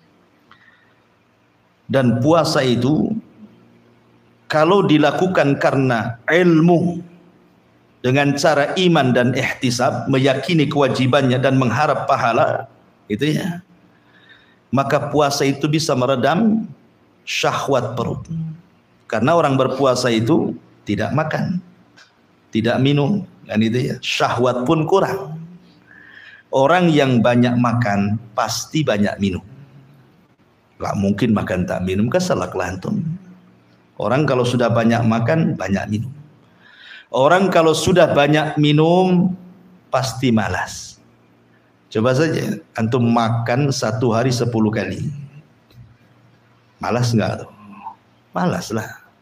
Dan puasa itu kalau dilakukan karena ilmu, dengan cara iman dan ihtisab, meyakini kewajibannya dan mengharap pahala, itu ya, maka puasa itu bisa meredam syahwat perut. Karena orang berpuasa itu tidak makan, tidak minum, kan itu ya, syahwat pun kurang. Orang yang banyak makan pasti banyak minum. Gak mungkin makan tak minum, keselak lantum. Orang kalau sudah banyak makan banyak minum. Orang kalau sudah banyak minum pasti malas. Coba saja antum makan satu hari 10 kali. Malas enggak tuh? Malas lah.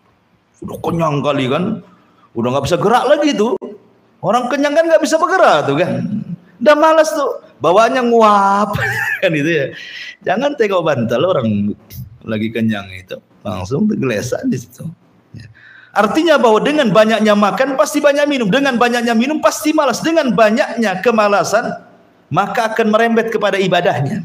Udah kenyang kali kan, udah nggak bisa gerak lagi tuh. Orang kenyang kan nggak bisa bergerak tuh kan, udah malas tuh, bawaannya nguap kan itu ya. Jangan tengok bantal orang lagi kenyang itu, langsung tergelesak di situ. Artinya bahwa dengan banyaknya makan pasti banyak minum, dengan banyaknya minum pasti malas, dengan banyaknya kemalasan maka akan merembet kepada ibadahnya.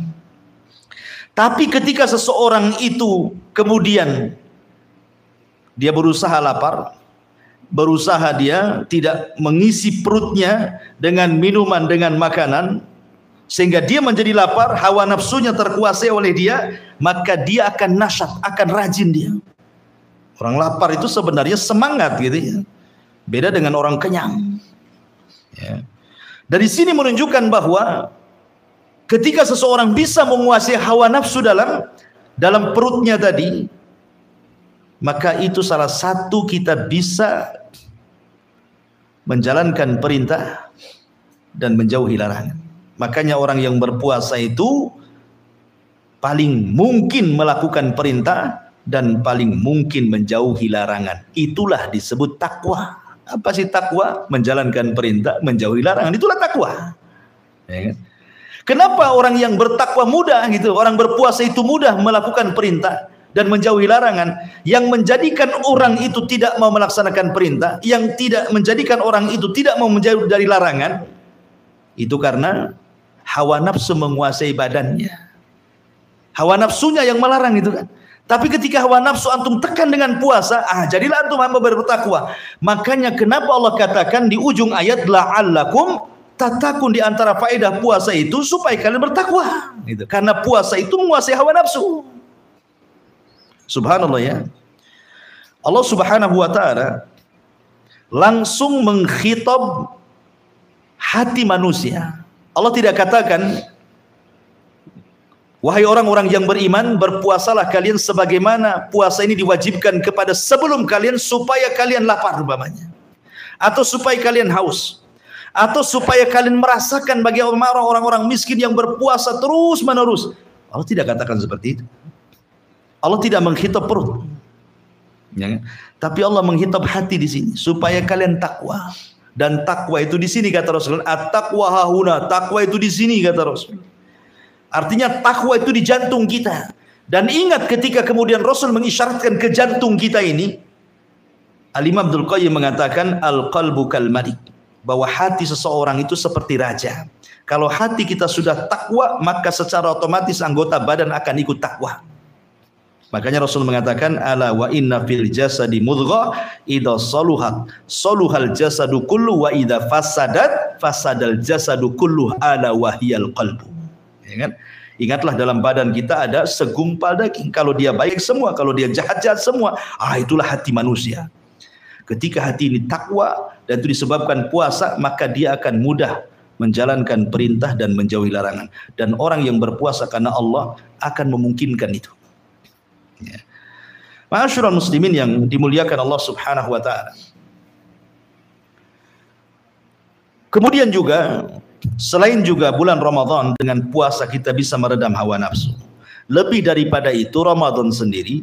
Tapi ketika seseorang itu kemudian dia berusaha lapar, berusaha dia tidak mengisi perutnya dengan minuman, dengan makanan, sehingga dia menjadi lapar, hawa nafsunya terkuasai oleh dia, maka dia akan nasyat, akan rajin dia. Orang lapar itu sebenarnya semangat gitu ya, beda dengan orang kenyang ya. Dari sini menunjukkan bahwa ketika seseorang bisa menguasai hawa nafsu dalam perutnya tadi, maka itu salah satu kita bisa menjalankan perintah dan menjauhi larangan. Makanya orang yang berpuasa itu paling mungkin melakukan perintah dan paling mungkin menjauhi larangan. Itulah disebut takwa. Apa sih takwa? Menjalankan perintah, menjauhi larangan. Itulah takwa. Ya kan? Kenapa orang yang bertakwa mudah gitu? Orang berpuasa itu mudah melakukan perintah dan menjauhi larangan. Yang menjadikan orang itu tidak mau melaksanakan perintah, yang tidak menjadikan orang itu tidak mau menjauh dari larangan, itu karena hawa nafsu menguasai badannya. Hawa nafsunya yang melarang itu kan. Tapi ketika hawa nafsu antum tekan dengan puasa, jadilah antum hamba bertakwa. Makanya kenapa Allah katakan di ujung ayat la'allakum tatakun, di antara faedah puasa itu supaya kalian bertakwa. Gitu. Karena puasa itu menguasai hawa nafsu. Subhanallah ya. Allah Subhanahu wa taala langsung mengkhitab hati manusia. Allah tidak katakan, wahai orang-orang yang beriman, berpuasalah kalian sebagaimana puasa ini diwajibkan kepada sebelum kalian supaya kalian lapar umpamanya, atau supaya kalian haus, atau supaya kalian merasakan bagi orang-orang miskin yang berpuasa terus menerus. Allah tidak katakan seperti itu. Allah tidak menghitab perut, ya, tapi Allah menghitab hati di sini supaya kalian takwa. Dan takwa itu di sini kata Rasul. At-taqwa hahuna, takwa itu di sini kata Rasul. Artinya takwa itu di jantung kita. Dan ingat ketika kemudian Rasul mengisyaratkan ke jantung kita ini, Al-Imam Abdul Qayyim mengatakan al-qalbu kal malik, bahwa hati seseorang itu seperti raja. Kalau hati kita sudah takwa, maka secara otomatis anggota badan akan ikut takwa. Makanya Rasul mengatakan ala wa inna fil jasadi mudghah idza saluhat saluhal jasadu kullu wa idza fasadat fasadal jasadu kullu ala wahiyal qalbu. Ya kan? Ingatlah dalam badan kita ada segumpal daging. Kalau dia baik semua, kalau dia jahat-jahat semua. Itulah hati manusia. Ketika hati ini takwa dan itu disebabkan puasa, maka dia akan mudah menjalankan perintah dan menjauhi larangan. Dan orang yang berpuasa karena Allah akan memungkinkan itu. Ya. Ma'asyiral muslimin yang dimuliakan Allah Subhanahu wa taala. Kemudian juga selain juga bulan Ramadan dengan puasa kita bisa meredam hawa nafsu. Lebih daripada itu, Ramadan sendiri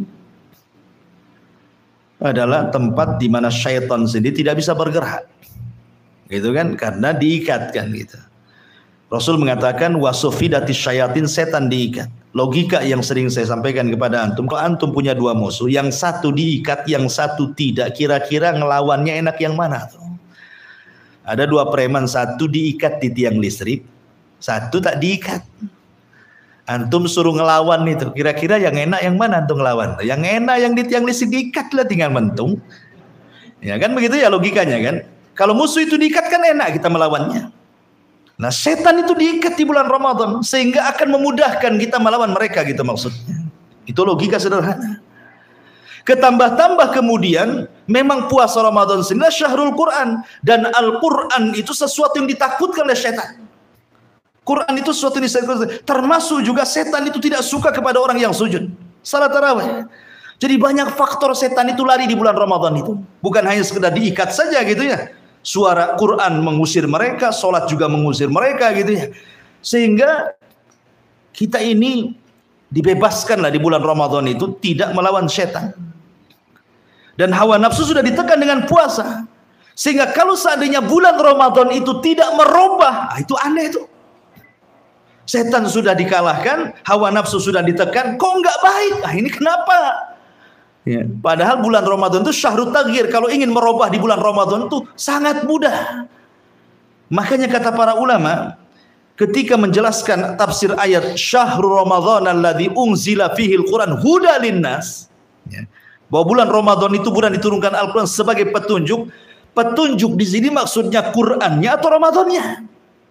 adalah tempat di mana syaitan sendiri tidak bisa bergerak. Gitu kan? Karena diikatkan gitu. Rasul mengatakan wasufidati syayatin, setan diikat. Logika yang sering saya sampaikan kepada antum, kalau antum punya dua musuh, yang satu diikat, yang satu tidak, kira-kira ngelawannya enak yang mana tuh? Ada dua preman, satu diikat di tiang listrik, satu tak diikat. Antum suruh ngelawan itu, kira-kira yang enak yang mana antum ngelawan? Yang enak yang di tiang listrik diikat lah, tinggal mentung. Ya kan begitu ya logikanya kan? Kalau musuh itu diikat kan enak kita melawannya. Nah, setan itu diikat di bulan Ramadan sehingga akan memudahkan kita melawan mereka gitu maksudnya. Itu logika sederhana. Ketambah-tambah kemudian memang puasa Ramadan sendiri syahrul Quran, dan Al-Quran itu sesuatu yang ditakutkan oleh setan. Quran itu sesuatu yang ditakutkan. Termasuk juga setan itu tidak suka kepada orang yang sujud salat tarawih. Jadi banyak faktor setan itu lari di bulan Ramadan itu. Bukan hanya sekedar diikat saja gitu ya. Suara Quran mengusir mereka, sholat juga mengusir mereka gitu ya. Sehingga kita ini dibebaskanlah di bulan Ramadan itu tidak melawan setan. Dan hawa nafsu sudah ditekan dengan puasa. Sehingga kalau seandainya bulan Ramadan itu tidak merubah, itu aneh itu. Setan sudah dikalahkan, hawa nafsu sudah ditekan, kok nggak baik? Ini kenapa? Ya. Padahal bulan Ramadan itu syahrut taghyir. Kalau ingin merubah di bulan Ramadan itu sangat mudah. Makanya kata para ulama, ketika menjelaskan tafsir ayat syahrul Ramadan alladzi unzila fihil Quran huda linnas, ya, bahwa bulan Ramadan itu bulan diturunkan Al-Quran sebagai petunjuk. Petunjuk di sini maksudnya Qurannya atau Ramadannya.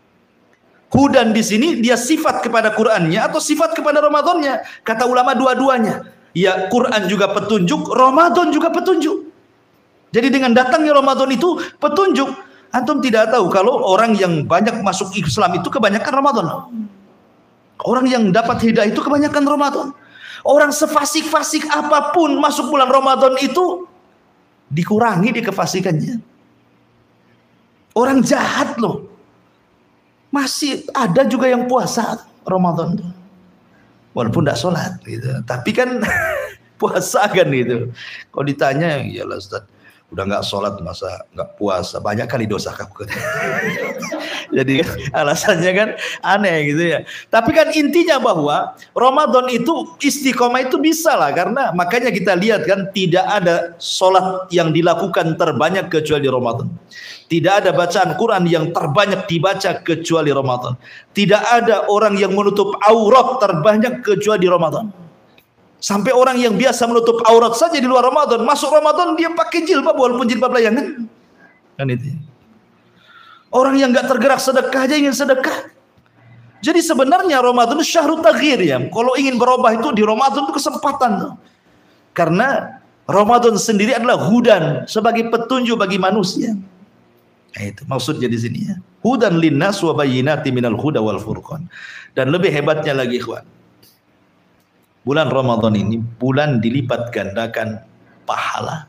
Hudan di sini dia sifat kepada Qurannya atau sifat kepada Ramadannya. Kata ulama dua-duanya. Ya, Quran juga petunjuk, Ramadan juga petunjuk. Jadi dengan datangnya Ramadan itu petunjuk. Antum tidak tahu kalau orang yang banyak masuk Islam itu kebanyakan Ramadan. Orang yang dapat hidayah itu kebanyakan Ramadan. Orang sefasik-fasik apapun masuk bulan Ramadan itu dikurangi di kefasikannya. Orang jahat loh. Masih ada juga yang puasa Ramadan tuh. Walaupun tidak sholat gitu. Tapi kan puasa kan gitu. Kalau ditanya, ya lah Ustaz, udah nggak sholat masa nggak puasa, banyak kali dosa kamu. Jadi alasannya kan aneh gitu ya. Tapi kan intinya bahwa Ramadan itu istiqomah itu bisa lah, karena makanya kita lihat kan tidak ada sholat yang dilakukan terbanyak kecuali Ramadan. Tidak ada bacaan Quran yang terbanyak dibaca kecuali Ramadan. Tidak ada orang yang menutup aurat terbanyak kecuali Ramadan. Sampai orang yang biasa menutup aurat saja di luar Ramadan, masuk Ramadan dia pakai jilbab walaupun jilbab layangan. Kan itu. Orang yang nggak tergerak sedekah aja ingin sedekah. Jadi sebenarnya Ramadan itu syahrut taghyir ya. Kalau ingin berubah itu di Ramadan itu kesempatan. Karena Ramadan sendiri adalah hudan, sebagai petunjuk bagi manusia. Nah, itu maksudnya di sini ya. Hudan linnas wa bayyinatin minal huda wal furqan. Dan lebih hebatnya lagi ikhwan, bulan Ramadan ini bulan dilipat gandakan pahala.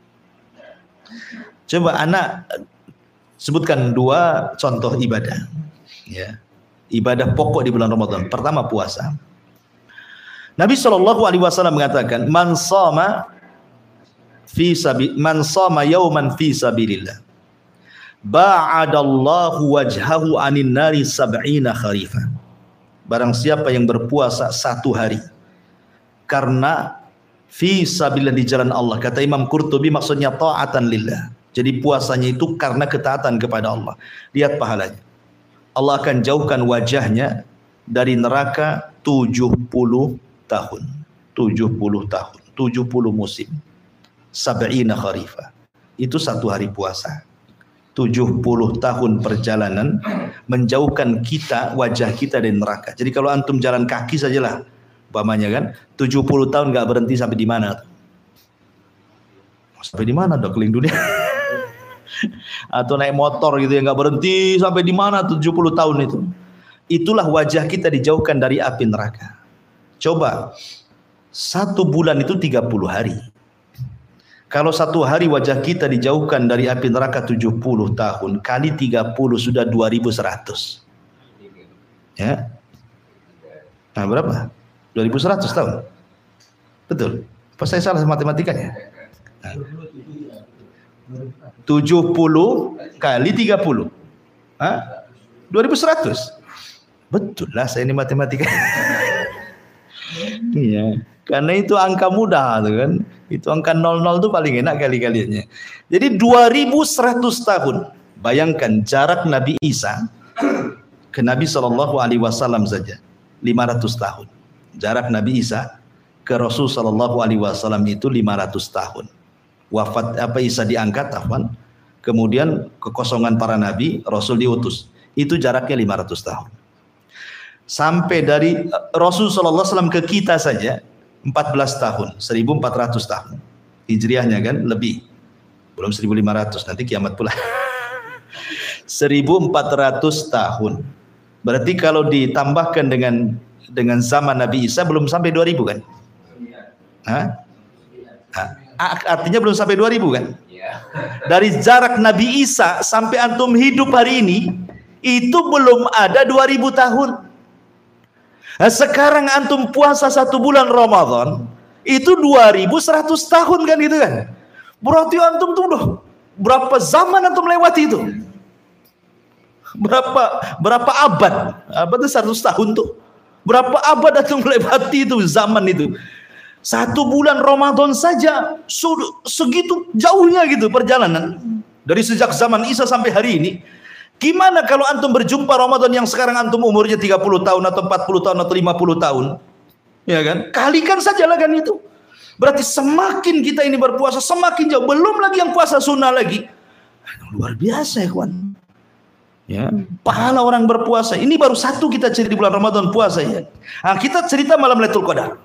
Coba anak sebutkan dua contoh ibadah, ya. Ibadah pokok di bulan Ramadan. Pertama puasa. Nabi SAW mengatakan, man shoma yauman fi sabilillah, ba'adallahu wajhahu anin nari sab'ina kharifah. Barang siapa yang berpuasa satu hari karena fi sabilillah, di jalan Allah. Kata Imam Qurtubi maksudnya ta'atan lillah. Jadi puasanya itu karena ketaatan kepada Allah. Lihat pahalanya. Allah akan jauhkan wajahnya dari neraka 70 tahun. 70 tahun. 70 musim. Sab'ina kharifah. Itu satu hari puasa. 70 tahun perjalanan menjauhkan kita, wajah kita dari neraka. Jadi kalau antum jalan kaki sajalah, umpamanya kan, 70 tahun nggak berhenti sampai di mana? Sampai di mana? Udah keliling dunia. Atau naik motor gitu ya, nggak berhenti sampai di mana 70 tahun itu. Itulah wajah kita dijauhkan dari api neraka. Coba satu bulan itu 30 hari. Kalau satu hari wajah kita dijauhkan dari api neraka 70 tahun, kali 30 sudah 2100. Ya. Nah, berapa? 2100 tahun. Betul. Apa saya salah matematikanya? Nah. 70 kali 30. Hah? 2100. Betul lah saya ini matematika. Iya. Karena itu angka mudah tuh kan. Itu angka 00 tuh paling enak kali-kalinya. Jadi 2100 tahun. Bayangkan jarak Nabi Isa ke Nabi SAW saja 500 tahun. Jarak Nabi Isa ke Rasul SAW itu 500 tahun. Wafat Isa diangkat, kemudian kekosongan para nabi, Rasul diutus. Itu jaraknya 500 tahun. Sampai dari Rasul SAW ke kita saja 14 tahun, 1400 tahun. Hijriahnya kan lebih. Belum 1500, nanti kiamat pula. 1400 tahun. Berarti kalau ditambahkan dengan zaman Nabi Isa belum sampai 2000 kan? Hah? Artinya belum sampai 2000 kan? Dari jarak Nabi Isa sampai antum hidup hari ini itu belum ada 2000 tahun. Nah, sekarang antum puasa satu bulan Ramadan itu 2100 tahun kan gitu kan? Berarti antum tuh udah berapa zaman antum lewati itu? Berapa abad? Abad itu 100 tahun tuh. Berapa abad antum melewati itu zaman itu? 1 bulan Ramadan saja segitu jauhnya gitu perjalanan. Dari sejak zaman Isa sampai hari ini. Gimana kalau antum berjumpa Ramadan yang sekarang antum umurnya 30 tahun atau 40 tahun atau 50 tahun? Ya kan? Kalikan sajalah kan itu. Berarti semakin kita ini berpuasa semakin jauh. Belum lagi yang puasa sunnah lagi. Luar biasa ya kawan. Ya, pahala orang berpuasa. Ini baru satu kita cerita di bulan Ramadan puasa ya. Nah, kita cerita malam Lailatul Qadar.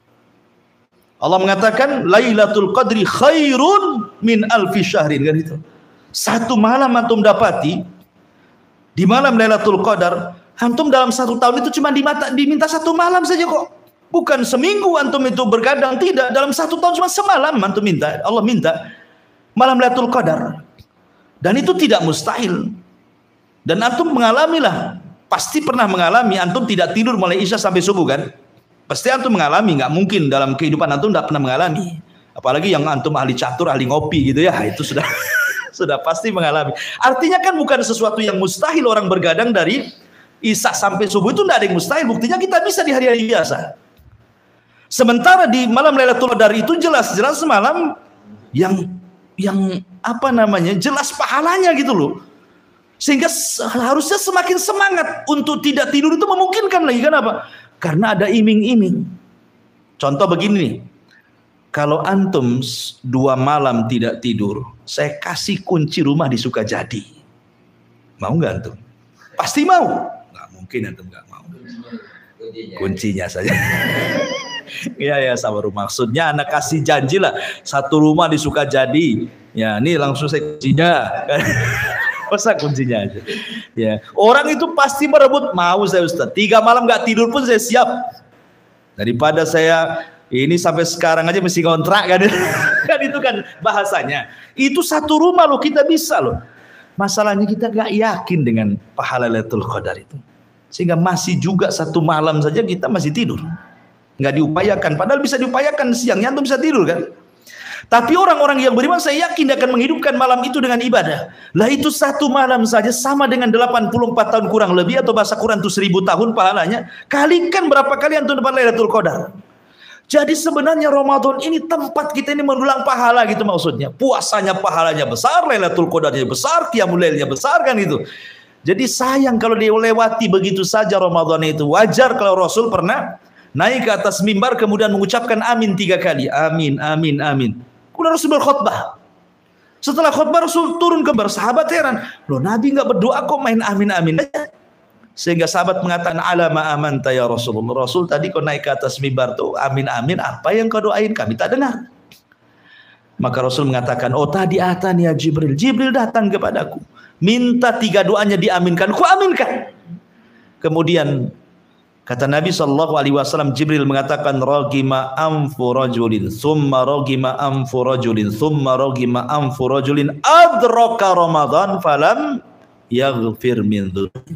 Allah mengatakan Lailatul Qadri khairun min alfi syahrin kan itu. Satu malam antum dapati di malam Lailatul Qadar, antum dalam 1 tahun itu cuma diminta 1 malam saja kok. Bukan seminggu antum itu bergadang, tidak. Dalam 1 tahun cuma semalam antum minta. Allah minta malam Lailatul Qadar. Dan itu tidak mustahil. Dan antum mengalamilah. Pasti pernah mengalami, antum tidak tidur mulai Isya sampai subuh kan? Pasti antum mengalami, nggak mungkin dalam kehidupan antum tidak pernah mengalami. Apalagi yang antum ahli catur, ahli ngopi gitu ya, itu sudah sudah pasti mengalami. Artinya kan bukan sesuatu yang mustahil orang bergadang dari Isya sampai subuh itu tidak ada yang mustahil. Buktinya kita bisa di hari-hari biasa. Sementara di malam Lailatul Qadar itu jelas-jelas malam yang apa namanya? Jelas pahalanya gitu loh. Sehingga harusnya semakin semangat untuk tidak tidur itu memungkinkan lagi. Kenapa? Karena ada iming-iming. Contoh begini nih. Kalau antum 2 malam tidak tidur, saya kasih kunci rumah di Sukajadi. Mau nggak antum? Pasti mau. Nggak mungkin antum nggak mau. Kuncinya saja. Ya sama rumah. Maksudnya anak kasih janji lah. 1 rumah di Sukajadi. Ya ini langsung saya kuncinya. Masa kuncinya aja. Ya, orang itu pasti berebut. Mau saya Ustaz. 3 malam nggak tidur pun saya siap. Daripada saya ini sampai sekarang aja mesti kontrak kan. Kan itu kan bahasanya. Itu 1 rumah loh kita bisa loh. Masalahnya kita nggak yakin dengan pahala Lailatul Qadar itu. Sehingga masih juga 1 malam saja kita masih tidur. Nggak diupayakan. Padahal bisa diupayakan siangnya antum bisa tidur kan. Tapi orang-orang yang beriman saya yakin akan menghidupkan malam itu dengan ibadah. Lah itu 1 malam saja sama dengan 84 tahun kurang lebih atau bahasa Quran itu 1000 tahun pahalanya. Kalikan berapa kali antum dapat Lailatul Qadar. Jadi sebenarnya Ramadan ini tempat kita ini mendulang pahala gitu maksudnya. Puasanya pahalanya besar, Lailatul Qadarnya besar, Qiyamul Lailnya besar kan itu. Jadi sayang kalau dilewati begitu saja Ramadan itu. Wajar kalau Rasul pernah naik ke atas mimbar kemudian mengucapkan amin 3 kali. Amin, amin, amin. Kemudian Rasul berkhutbah. Setelah khutbah Rasul turun ke sahabat heran. Loh Nabi nggak berdoa kok main amin amin aja. Sehingga sahabat mengatakan alama amanta ya Rasulullah. Rasul tadi kau naik ke atas mimbar tuh amin amin apa yang kau doain kami tak dengar. Maka Rasul mengatakan oh tadi atani ya Jibril. Jibril datang kepadaku. Minta 3 doanya diaminkan. Ku aminkan. Kemudian kata Nabi SAW, Jibril mengatakan ragima anfu rajulin thumma ragima anfu rajulin thumma ragima anfu rajulin adraka Ramadan falam yaghfir min dzunub.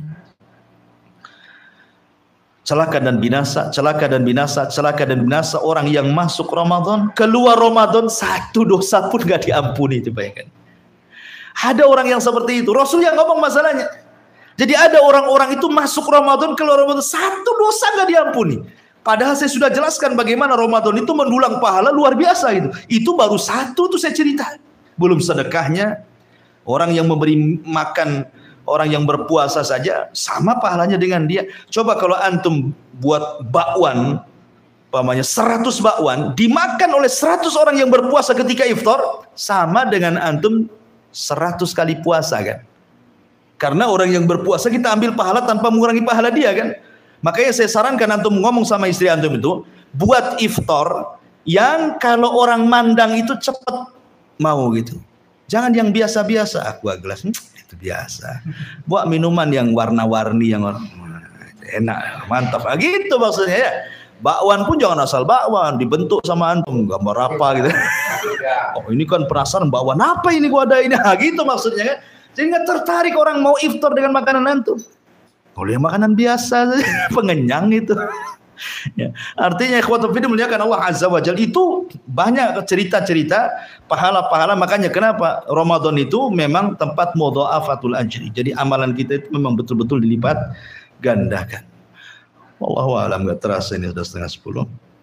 Celaka dan binasa, celaka dan binasa, celaka dan binasa orang yang masuk Ramadan, keluar Ramadan 1 dosa pun gak diampuni. Coba bayangkan. Ada orang yang seperti itu. Rasul yang ngomong masalahnya. Jadi ada orang-orang itu masuk Ramadan, keluar Ramadan 1 dosa gak diampuni. Padahal saya sudah jelaskan bagaimana Ramadan itu mendulang pahala luar biasa gitu. Itu baru 1 tuh saya cerita. Belum sedekahnya, orang yang memberi makan orang yang berpuasa saja sama pahalanya dengan dia. Coba kalau antum buat bakwan, umpamanya 100 bakwan dimakan oleh 100 orang yang berpuasa ketika iftar, sama dengan antum 100 kali puasa kan. Karena orang yang berpuasa kita ambil pahala tanpa mengurangi pahala dia kan. Makanya saya sarankan antum ngomong sama istri antum itu, buat iftar yang kalau orang mandang itu cepat mau gitu. Jangan yang biasa-biasa, aqua gelas itu biasa. Buat minuman yang warna-warni yang enak, mantap. Gitu maksudnya ya. Bakwan pun jangan asal bakwan, dibentuk sama antum gambar apa gitu. Oh ini kan penasaran bakwan apa ini gua ada ini. Gitu maksudnya kan. Jadi nggak tertarik orang mau iftar dengan makanan antum. Kalau yang makanan biasa, pengenyang itu. Ya. Artinya ikhwatul fillah muliakan Allah Azza wa Jalla, itu banyak cerita-cerita pahala-pahala. Makanya kenapa Ramadan itu memang tempat mudha'afatul ajri. Jadi amalan kita itu memang betul-betul dilipat gandakan. Wallahu a'lam. Enggak terasa ini sudah 9:30.